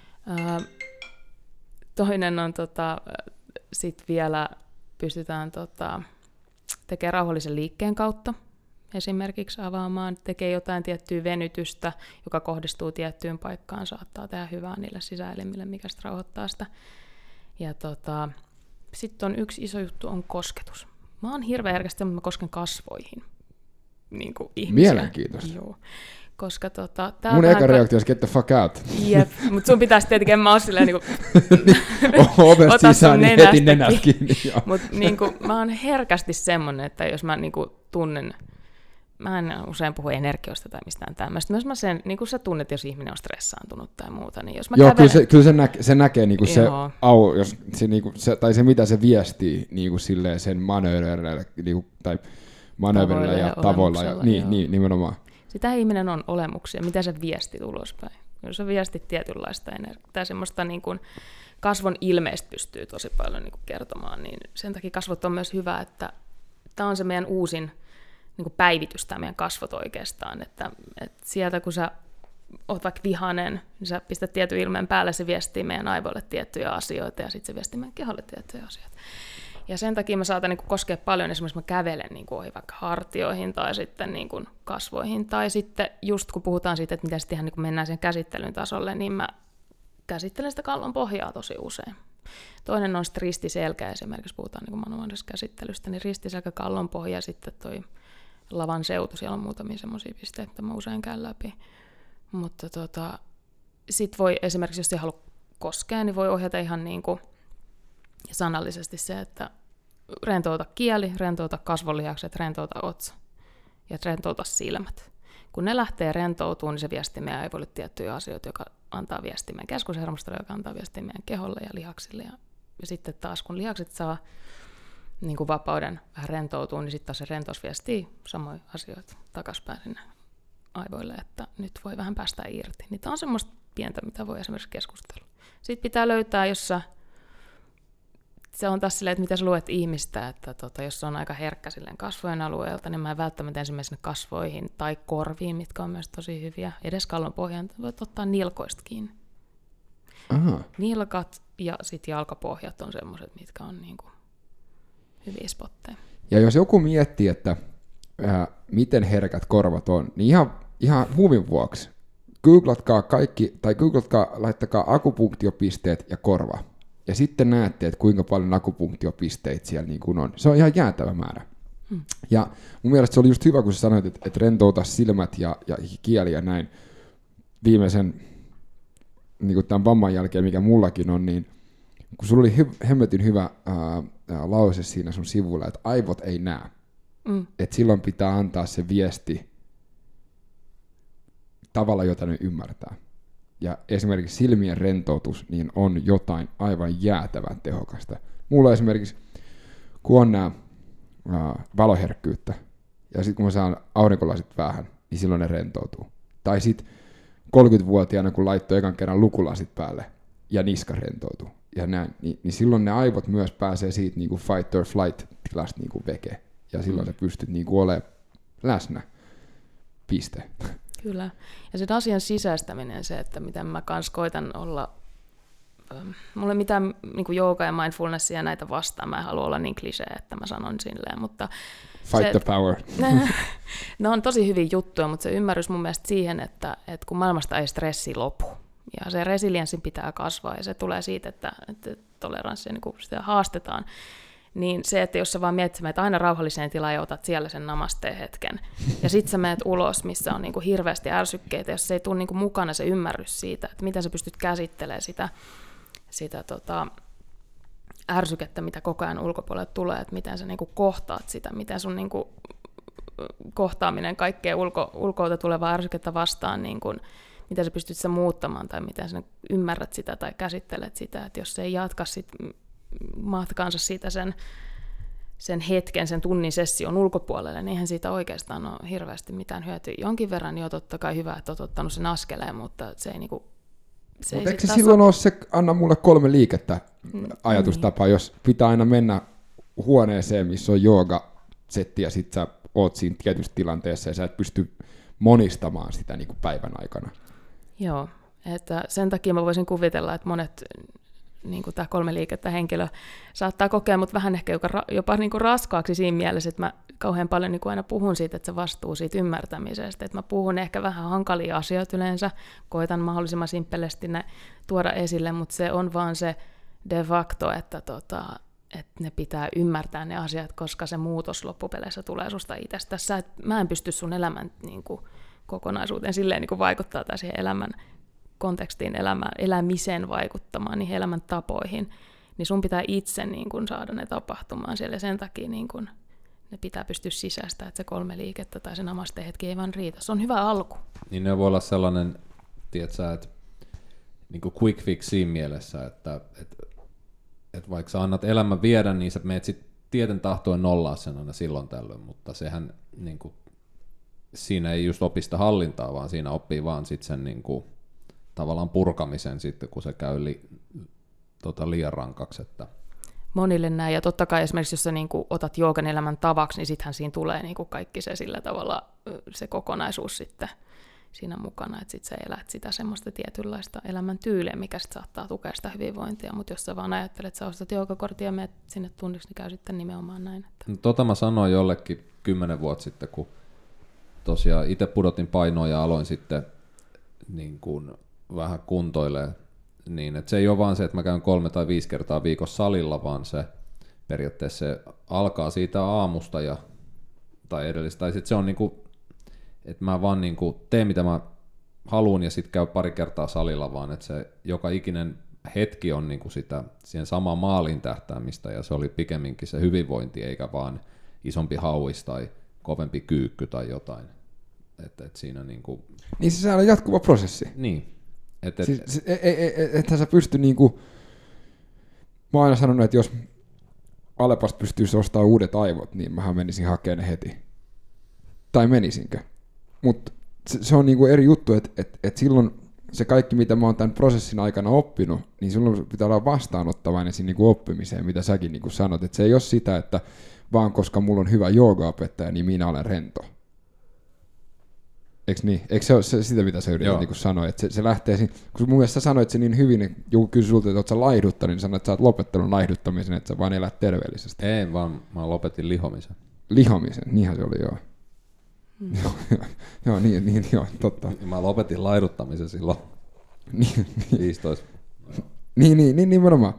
Toinen on sit vielä pystytään tekemään rauhallisen liikkeen kautta, esimerkiksi avaamaan, tekee jotain tiettyä venytystä, joka kohdistuu tiettyyn paikkaan, saattaa tehdä hyvää niille sisäelimille, mikä sitä rauhoittaa sitä. Ja sitten on yksi iso juttu, on kosketus. Mä oon hirveän herkästi, mutta mä kosken kasvoihin. Niin kuin ihmisiä. Mielenkiintoista. Joo. Koska mun eka reaktio olisi get the fuck out. Jep, mutta sun pitäisi tietenkin, en mä ole silleen niinku ovesta sisään, niin heti nenät kiinni. Mutta niinku, mä oon herkästi semmonen, että jos mä niinku tunnen, mä en usein puhu energioista tai mistään tämmöistä, myös mä sen, niinku sä tunnet, jos ihminen on stressaantunut tai muuta, niin jos mä kävelen... kyllä se näkee niinku se, jos se, niinku, se, tai se mitä se viestii niinku silleen sen manööverillä niinku, tai manööverillä ja tavoilla. Ja, niin, nimenomaan. Sitä ihminen on olemuksia, mitä se viestit ulospäin. Jos sä viestit tietynlaista energiaa tai semmoista niin kuin kasvon ilmeistä pystyy tosi paljon niin kuin kertomaan, niin sen takia kasvot on myös hyvä, että tämä on se meidän uusin niin kuin päivitys, tämä meidän kasvot oikeastaan, että sieltä kun sä oot vaikka vihainen, niin sä pistät tietyn ilmeen päälle, se viestii meidän aivoille tiettyjä asioita ja sitten se viestii meidän keholle tiettyjä asioita. Ja sen takia mä saatan niin kuin koskea paljon, esimerkiksi mä kävelen niin kuin ohi vaikka hartioihin tai sitten niin kuin kasvoihin. Tai sitten just kun puhutaan siitä, että miten sitten ihan niin kuin mennään sen käsittelyn tasolle, niin mä käsittelen sitä kallon pohjaa tosi usein. Toinen on sitten ristiselkä, esimerkiksi puhutaan niin kuin manuaalisesta käsittelystä, niin ristiselkä, kallon pohja ja sitten toi lavan seutu, siellä on muutamia semmoisia pisteitä, että mä usein käyn läpi. Mutta sit voi esimerkiksi, jos ei halua koskea, niin voi ohjata ihan niin kuin sanallisesti se, että rentouta kieli, rentouta kasvonlihakset, rentouta otsa ja rentouta silmät. Kun ne lähtee rentoutumaan, niin se viestii meidän aivoille tiettyjä asioita, joka antaa viestiä meidän keskushermostolle, joka antaa viestiä meidän keholle ja lihaksille. Ja sitten taas kun lihakset saa niin kuin vapauden vähän rentoutua, niin sitten taas se rentous viestii samoja asioita takaspäin sinne aivoille, että nyt voi vähän päästä irti. Niin tämä on semmoista pientä, mitä voi esimerkiksi keskustella. Sitten pitää löytää, se on taas silleen, että mitä sä luet ihmistä, että jos se on aika herkkä silleen kasvojen alueelta, niin mä en välttämättä ensimmäisenä kasvoihin tai korviin, mitkä on myös tosi hyviä. Edes kallon pohjaan voit ottaa nilkoista kiinni. Aha. Nilkat ja sitten jalkapohjat on semmoiset, mitkä on niinku hyviä spotteja. Ja jos joku miettii, että miten herkät korvat on, niin ihan huvin vuoksi googlatkaa laittakaa akupunktiopisteet ja korva. Ja sitten näette, että kuinka paljon akupunktiopisteitä siellä niin kuin on. Se on ihan jäätävä määrä. Ja mun mielestä se oli just hyvä, kun sä sanoit, että rentouta silmät ja kieli ja näin. Viimeisen niin kuin tämän vamman jälkeen, mikä mullakin on, niin kun sulla oli hemmetin hyvä lause siinä sun sivulla, että aivot ei näe. Että silloin pitää antaa se viesti tavalla, jota ne ymmärtää. Ja esimerkiksi silmien rentoutus niin on jotain aivan jäätävän tehokasta. Mulla esimerkiksi, kun on nämä valoherkkyyttä, ja sitten kun mä saan aurinkolasit vähän, niin silloin ne rentoutuu. Tai sitten 30-vuotiaana, kun laittoi ekan kerran lukulasit päälle ja niska rentoutui ja näin, niin silloin ne aivot myös pääsee siitä niin kuin fight or flight tilasta niin kuin veke. Ja silloin sä pystyt niin kuin olemaan läsnä. Piste. Kyllä. Ja sen asian sisäistäminen, se, että miten mä kans koitan olla, mulla ei mitään niin kuin jooga ja mindfulnessia näitä vastaan, mä en halua olla niin klisee, että mä sanon silleen, mutta fight the power. Ne on tosi hyviä juttuja, mutta se ymmärrys mun mielestä siihen, että kun maailmasta ei stressi lopu, ja se resilienssin pitää kasvaa, ja se tulee siitä, että toleranssia niin kun sitä haastetaan, niin se, että jos sä vaan mietit, että aina rauhalliseen tilaan ja otat siellä sen namasteen-hetken, ja sit sä menet ulos, missä on niin kuin hirveästi ärsykkeitä, jos se ei tule niin kuin mukana se ymmärrys siitä, että miten sä pystyt käsittelemään sitä ärsykettä, mitä koko ajan ulkopuolelle tulee, että miten sä niin kuin kohtaat sitä, miten sun niin kuin kohtaaminen kaikkea ulkoilta tulevaa ärsykettä vastaan, niin kuin, miten sä pystyt sitä muuttamaan, tai miten sä ymmärrät sitä tai käsittelet sitä, että jos se ei jatka sit matkaansa siitä sen hetken, sen tunnin session ulkopuolelle, niin eihän siitä oikeastaan ole hirveästi mitään hyötyä. Jonkin verran jo totta kai hyvä, että olet ottanut sen askeleen, mutta se ei niinku... Mutta eikö se silloin ole se, anna mulle 3 liikettä ajatustapa, jos pitää aina mennä huoneeseen, missä on jooga-setti, ja sit sä oot siinä tietyssä tilanteessa, ja sä et pysty monistamaan sitä niin kuin päivän aikana. Joo, että sen takia mä voisin kuvitella, että monet niin kuin tämä 3 liikettä henkilö saattaa kokea, mutta vähän ehkä jopa niin kuin raskaaksi siinä mielessä, että mä kauhean paljon niin kuin aina puhun siitä, että se vastuu siitä ymmärtämisestä, että mä puhun ehkä vähän hankalia asioita yleensä, koitan mahdollisimman simppelesti ne tuoda esille, mutta se on vaan se de facto, että ne pitää ymmärtää ne asiat, koska se muutos loppupeleissä tulee susta itsestä. Mä en pysty sun elämän niin kuin kokonaisuuteen silleen niin kuin vaikuttaa tai siihen elämän kontekstiin, elämiseen vaikuttamaan, niihin elämäntapoihin, niin sun pitää itse niin kun saada ne tapahtumaan siellä, ja sen takia niin kun ne pitää pystyä sisäistämään, että se 3 liikettä tai se namaste-hetki ei vaan riitä. Se on hyvä alku. Niin ne voi olla sellainen, tiedätkö, että niin kuin quick fix siinä mielessä, että vaikka sä annat elämän viedä, niin sä meet sitten tieten tahtoen nollaa sen aina silloin tällöin, mutta sehän niin kuin, siinä ei just opi sitä hallintaa, vaan siinä oppii vaan sitten sen niin kuin, tavallaan purkamisen sitten, kun se käy liian rankaksi. Että. Monille näin, ja totta kai esimerkiksi jos sä niin kuin otat joogan elämän tavaksi, niin sittenhän siinä tulee niin kuin kaikki se sillä tavalla se kokonaisuus sitten siinä mukana, että sit sä elät sitä semmoista tietynlaista elämäntyyliä, mikä sit saattaa tukea sitä hyvinvointia, mutta jos sä vaan ajattelet, että sä ostat joogakortin ja menet sinne tunniksi, niin käy sitten nimenomaan näin. Että. Mä sanoin jollekin 10 vuotta sitten, kun tosiaan itse pudotin painoa ja aloin sitten niin kuin vähän kuntoilee, niin että se ei ole vaan se, että mä käyn 3 tai 5 kertaa viikossa salilla, vaan se periaatteessa se alkaa siitä aamusta tai edellistä, tai sitten se on niinku, että mä vaan niinku teen mitä mä haluan ja sitten käy pari kertaa salilla, vaan että se joka ikinen hetki on niinku sitä siihen samaan maaliin tähtäämistä, ja se oli pikemminkin se hyvinvointi, eikä vaan isompi hauis tai kovempi kyykky tai jotain. Että siinä niinku. Niin se on jatkuva prosessi. Niin. Ethän sä pysty niinku, mä oon aina sanonut, että jos Alepasta pystyisi ostamaan uudet aivot, niin mähän menisin hakemaan ne heti. Tai menisinkö? Mutta se on niinku eri juttu, että silloin se kaikki, mitä mä oon tämän prosessin aikana oppinut, niin silloin pitää olla vastaanottavainen siinä niinku oppimiseen, mitä säkin niinku sanot. Että se ei ole sitä, että vaan koska mulla on hyvä joogaopettaja, niin minä olen rento. Eikö niin? Eikö se ole sitä, mitä sä yrität niin sanoa? Että se lähtee siinä, kun mun mielestä sä sanoit se niin hyvin, niin joku kysyi sulta, että oot sä laihduttanut, niin sanoit, että sä oot lopettanut laihduttamisen, että sä vaan elät terveellisesti. Ei, vaan mä lopetin lihomisen. Lihomisen, niinhän se oli, joo. Joo, niin, totta. Mä lopetin laiduttamisen silloin 15. Niin, nimenomaan.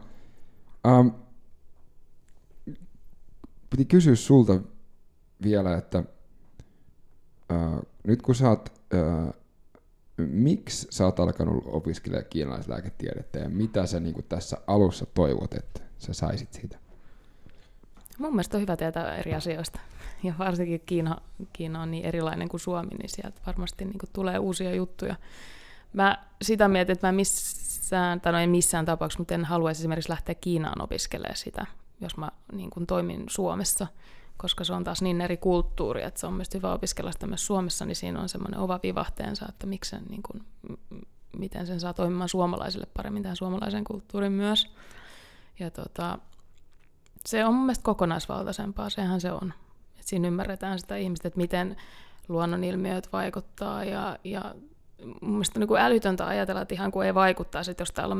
Piti kysyä sulta vielä, että nyt kun sä oot, miksi sä oot alkanut opiskelemaan kiinalaislääketiedettä ja mitä sä niin kuin tässä alussa toivot, että sä saisit siitä? Mun mielestä on hyvä tietää eri asioista. Ja varsinkin Kiina on niin erilainen kuin Suomi, niin sieltä varmasti niin kuin tulee uusia juttuja. Mä sitä mietin, että mä en missään tapauksessa, mutta en haluaisi esimerkiksi lähteä Kiinaan opiskelemaan sitä, jos mä niin kuin toimin Suomessa, koska se on taas niin eri kulttuuri, että se on myös hyvä opiskella sitä myös Suomessa, niin siinä on semmoinen oma vivahteensa, että miten sen saa toimimaan suomalaisille paremmin tähän suomalaisen kulttuurin myös. Ja se on mun mielestä kokonaisvaltaisempaa, sehän se on. Et siinä ymmärretään sitä ihmistä, että miten luonnonilmiöt vaikuttaa ja mun mielestä on niin kuin älytöntä ajatella, että ihan kuin ei vaikuttaa, että jos täällä on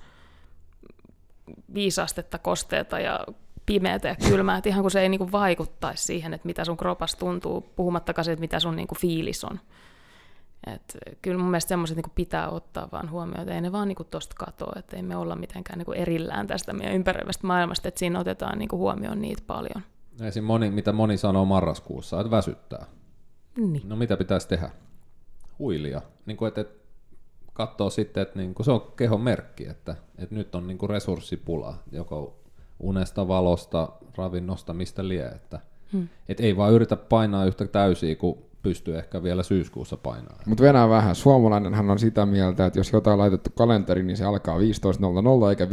-5 astetta kosteeta ja pimeätä ja kylmää, että ihan kuin se ei niin kuin vaikuttaisi siihen, että mitä sun kropas tuntuu, puhumattakaan siitä, että mitä sun niin kuin fiilis on. Et kyllä mun mielestä semmoiset niin kuin pitää ottaa vaan huomioon, että ei ne vaan niin kuin tosta katoa, että ei me olla mitenkään niin kuin erillään tästä meidän ympäröivästä maailmasta, että siinä otetaan niin kuin huomioon niitä paljon. Esim. Mitä moni sanoo marraskuussa, että väsyttää. Niin. No mitä pitäisi tehdä? Huilia. Niin kuin, että katsoo sitten, että niin kuin se on kehon merkki, että nyt on niin kuin resurssipula, joko unesta, valosta, ravinnosta, mistä lie. Että ei vaan yritä painaa yhtä täysiä, kun pystyy ehkä vielä syyskuussa painaa. Mutta Venäjä vähän. Suomalainenhan on sitä mieltä, että jos jotain on laitettu kalenteriin, niin se alkaa 15.00 eikä 15.01,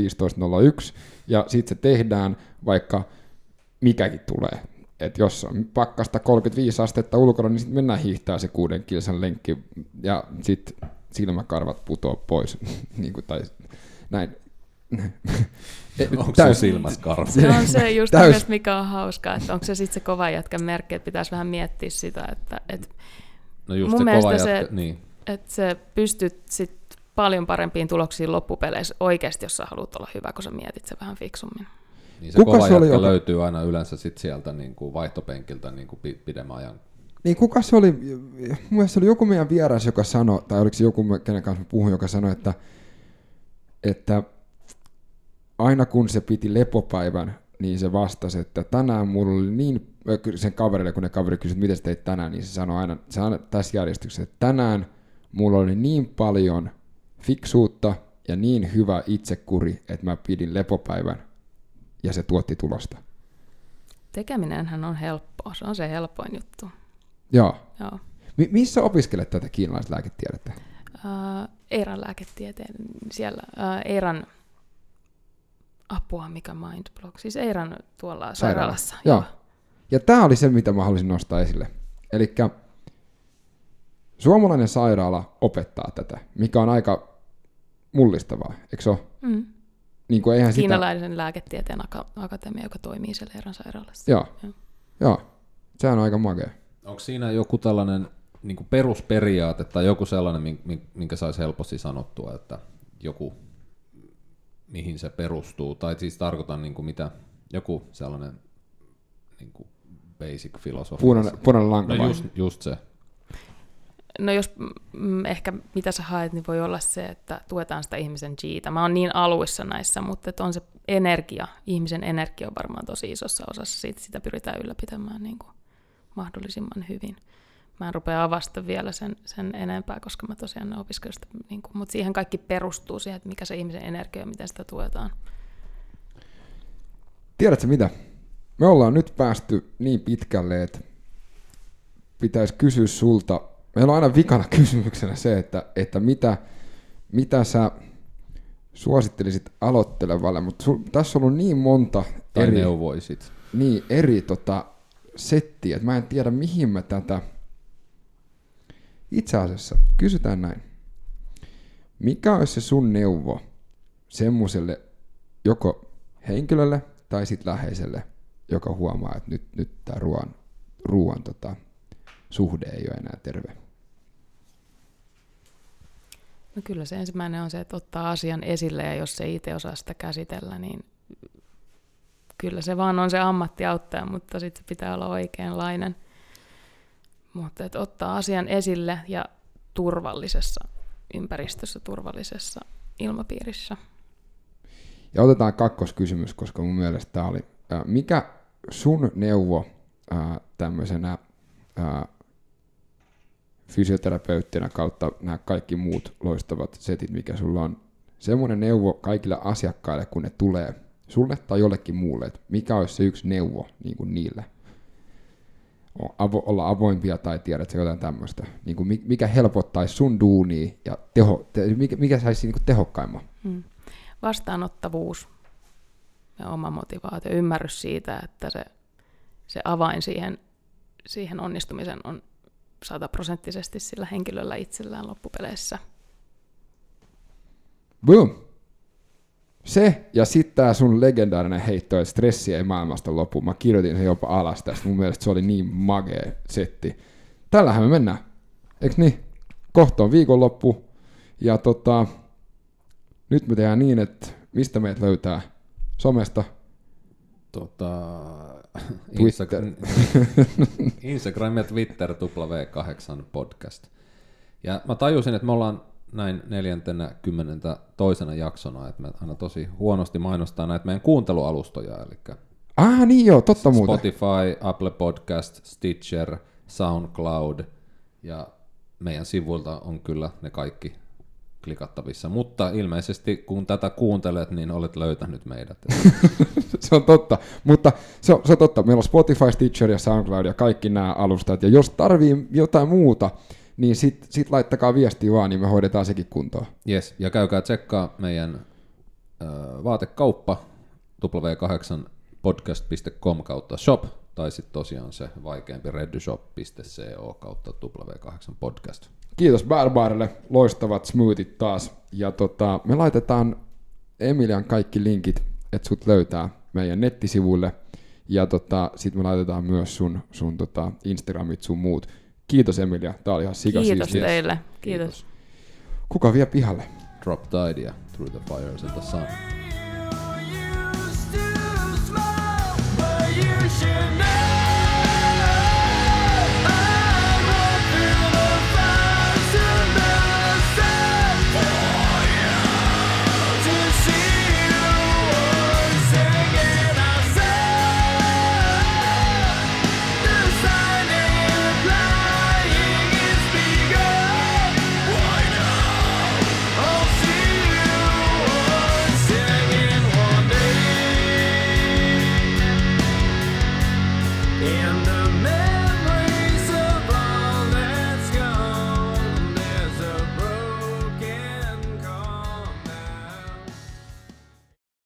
ja sitten se tehdään, vaikka mikäkin tulee. Et jos on pakkasta 35 astetta ulkona, niin sitten mennään hiihtää se 6 kilsan lenkki, ja sitten silmäkarvat putoo pois. Niin kuin, tai näin. Onko se silmäskarva? Se on se just myös, mikä on hauskaa, että onko se sitten se kova jätkän merkki, että pitäisi vähän miettiä sitä, että no just mun se mielestä kova se, niin. että se pystyt sit paljon parempiin tuloksiin loppupeleissä oikeasti, jos sä haluat olla hyvä, kun sä mietit se vähän fiksummin. Niin se kova jätkä löytyy aina yleensä sit sieltä niin kuin vaihtopenkiltä niin kuin pidemmän ajan. Niin kuka se oli? Mun mielestä se oli joku meidän vieras, joka sanoi, tai oliko se joku, kenen kanssa puhuin, joka sanoi, että aina kun se piti lepopäivän, niin se vastasi, että tänään mulla oli niin, sen kaverille, kun ne kaveri kysyi, että miten sä teit tänään, niin se sanoi aina tässä järjestyksessä, että tänään mulla oli niin paljon fiksuutta ja niin hyvä itsekuri, että mä pidin lepopäivän ja se tuotti tulosta. Tekeminenhän on helppoa, se on se helpoin juttu. Joo. Joo. Missä opiskelet tätä kiinalaislääketiedettä? Eiran lääketieteen, siellä Eiran apua, mikä Mindblock, siis Eiran tuolla sairaalassa. Joo. Ja tämä oli se, mitä mä haluaisin nostaa esille. Elikkä suomalainen sairaala opettaa tätä, mikä on aika mullistavaa, eikö se ole? Niin kuin eihän kiinalaisen lääketieteen akatemia, joka toimii siellä Eiran sairaalassa. Joo. Se on aika makea. Onko siinä joku tällainen niin kuin perusperiaate tai joku sellainen, minkä saisi helposti sanottua, että joku, mihin se perustuu, tai siis tarkoitan niin kuin mitä, joku sellainen niin kuin basic filosofia. Punainen lanka. No just se. No jos ehkä mitä sä haet, niin voi olla se, että tuetaan sitä ihmisen G:tä. Mä oon niin aluissa näissä, mutta että on se energia, ihmisen energia on varmaan tosi isossa osassa, sitä pyritään ylläpitämään niin kuin mahdollisimman hyvin. Mä en rupea avasta vielä sen enempää, koska mä tosiaan opiskelen sitä, niin kuin, mutta siihen kaikki perustuu siihen, että mikä se ihmisen energia on, miten sitä tuetaan. Tiedätkö mitä? Me ollaan nyt päästy niin pitkälle, että pitäisi kysyä sulta. Meillä on aina vikana kysymyksenä se, että mitä sä suosittelisit aloittelevalle, mutta tässä on ollut niin monta eri settiä, että mä en tiedä mihin mä tätä. Itse asiassa kysytään näin. Mikä olisi se sun neuvo semmoiselle joko henkilölle tai sitten läheiselle, joka huomaa, että nyt tämä ruoan suhde ei ole enää terve? No kyllä se ensimmäinen on se, että ottaa asian esille, ja jos se itse osaa sitä käsitellä, niin kyllä se vaan on se ammattiauttaja, mutta sitten se pitää olla oikeanlainen. Mutta että ottaa asian esille ja turvallisessa ympäristössä, turvallisessa ilmapiirissä. Ja otetaan kakkoskysymys, koska mun mielestä tämä oli. Mikä sun neuvo tämmöisenä fysioterapeuttina kautta nämä kaikki muut loistavat setit, mikä sulla on, semmoinen neuvo kaikille asiakkaille, kun ne tulee sulle tai jollekin muulle, että mikä olisi se yksi neuvo niin kuin niille? Olla avoimpia tai tiedätkö jotain tämmöistä, niin kuin mikä helpottaisi sun duunia ja mikä saisi niin kuin tehokkaimman? Vastaanottavuus ja oma motivaatio, ymmärrys siitä, että se avain siihen onnistumisen on 100% sillä henkilöllä itsellään loppupeleissä. Boom! Se ja sitten tää sun legendaarinen heitto, että stressi ei maailmasta lopu. Mä kirjoitin sen jopa alas tästä. Mun mielestä se oli niin magee setti. Tällähän me mennään. Eiks niin? Kohta on viikonloppu. Ja nyt me tehdään niin, että mistä meidät löytää? Somesta? Instagram ja Twitter W8 podcast. Ja mä tajusin, että me ollaan näin 42. jaksona, että me aina tosi huonosti mainostaa näitä meidän kuuntelualustoja, eli niin joo, totta muuten. Spotify, Apple Podcast, Stitcher, SoundCloud, ja meidän sivuilta on kyllä ne kaikki klikattavissa, mutta ilmeisesti kun tätä kuuntelet, niin olet löytänyt meidät. Se on totta, mutta se on totta. Meillä on Spotify, Stitcher ja SoundCloud ja kaikki nämä alustat, ja jos tarvii jotain muuta, niin sit laittakaa viestiä vaan, niin me hoidetaan sekin kuntoon. Yes, ja käykää tsekkaa meidän vaatekauppa w8podcast.com kautta shop, tai sitten tosiaan se vaikeampi reddyshop.co kautta w8 podcast. Kiitos Barbarille, loistavat smoothit taas, ja me laitetaan Emilian kaikki linkit, että sut löytää meidän nettisivuille, ja sitten me laitetaan myös sun Instagramit, sun muut. Kiitos Emilia, tää oli ihan sikasiistiä. Kiitos teille, kiitos. Kuka vie pihalle? Drop Tide ja Through the Fires of the Sun.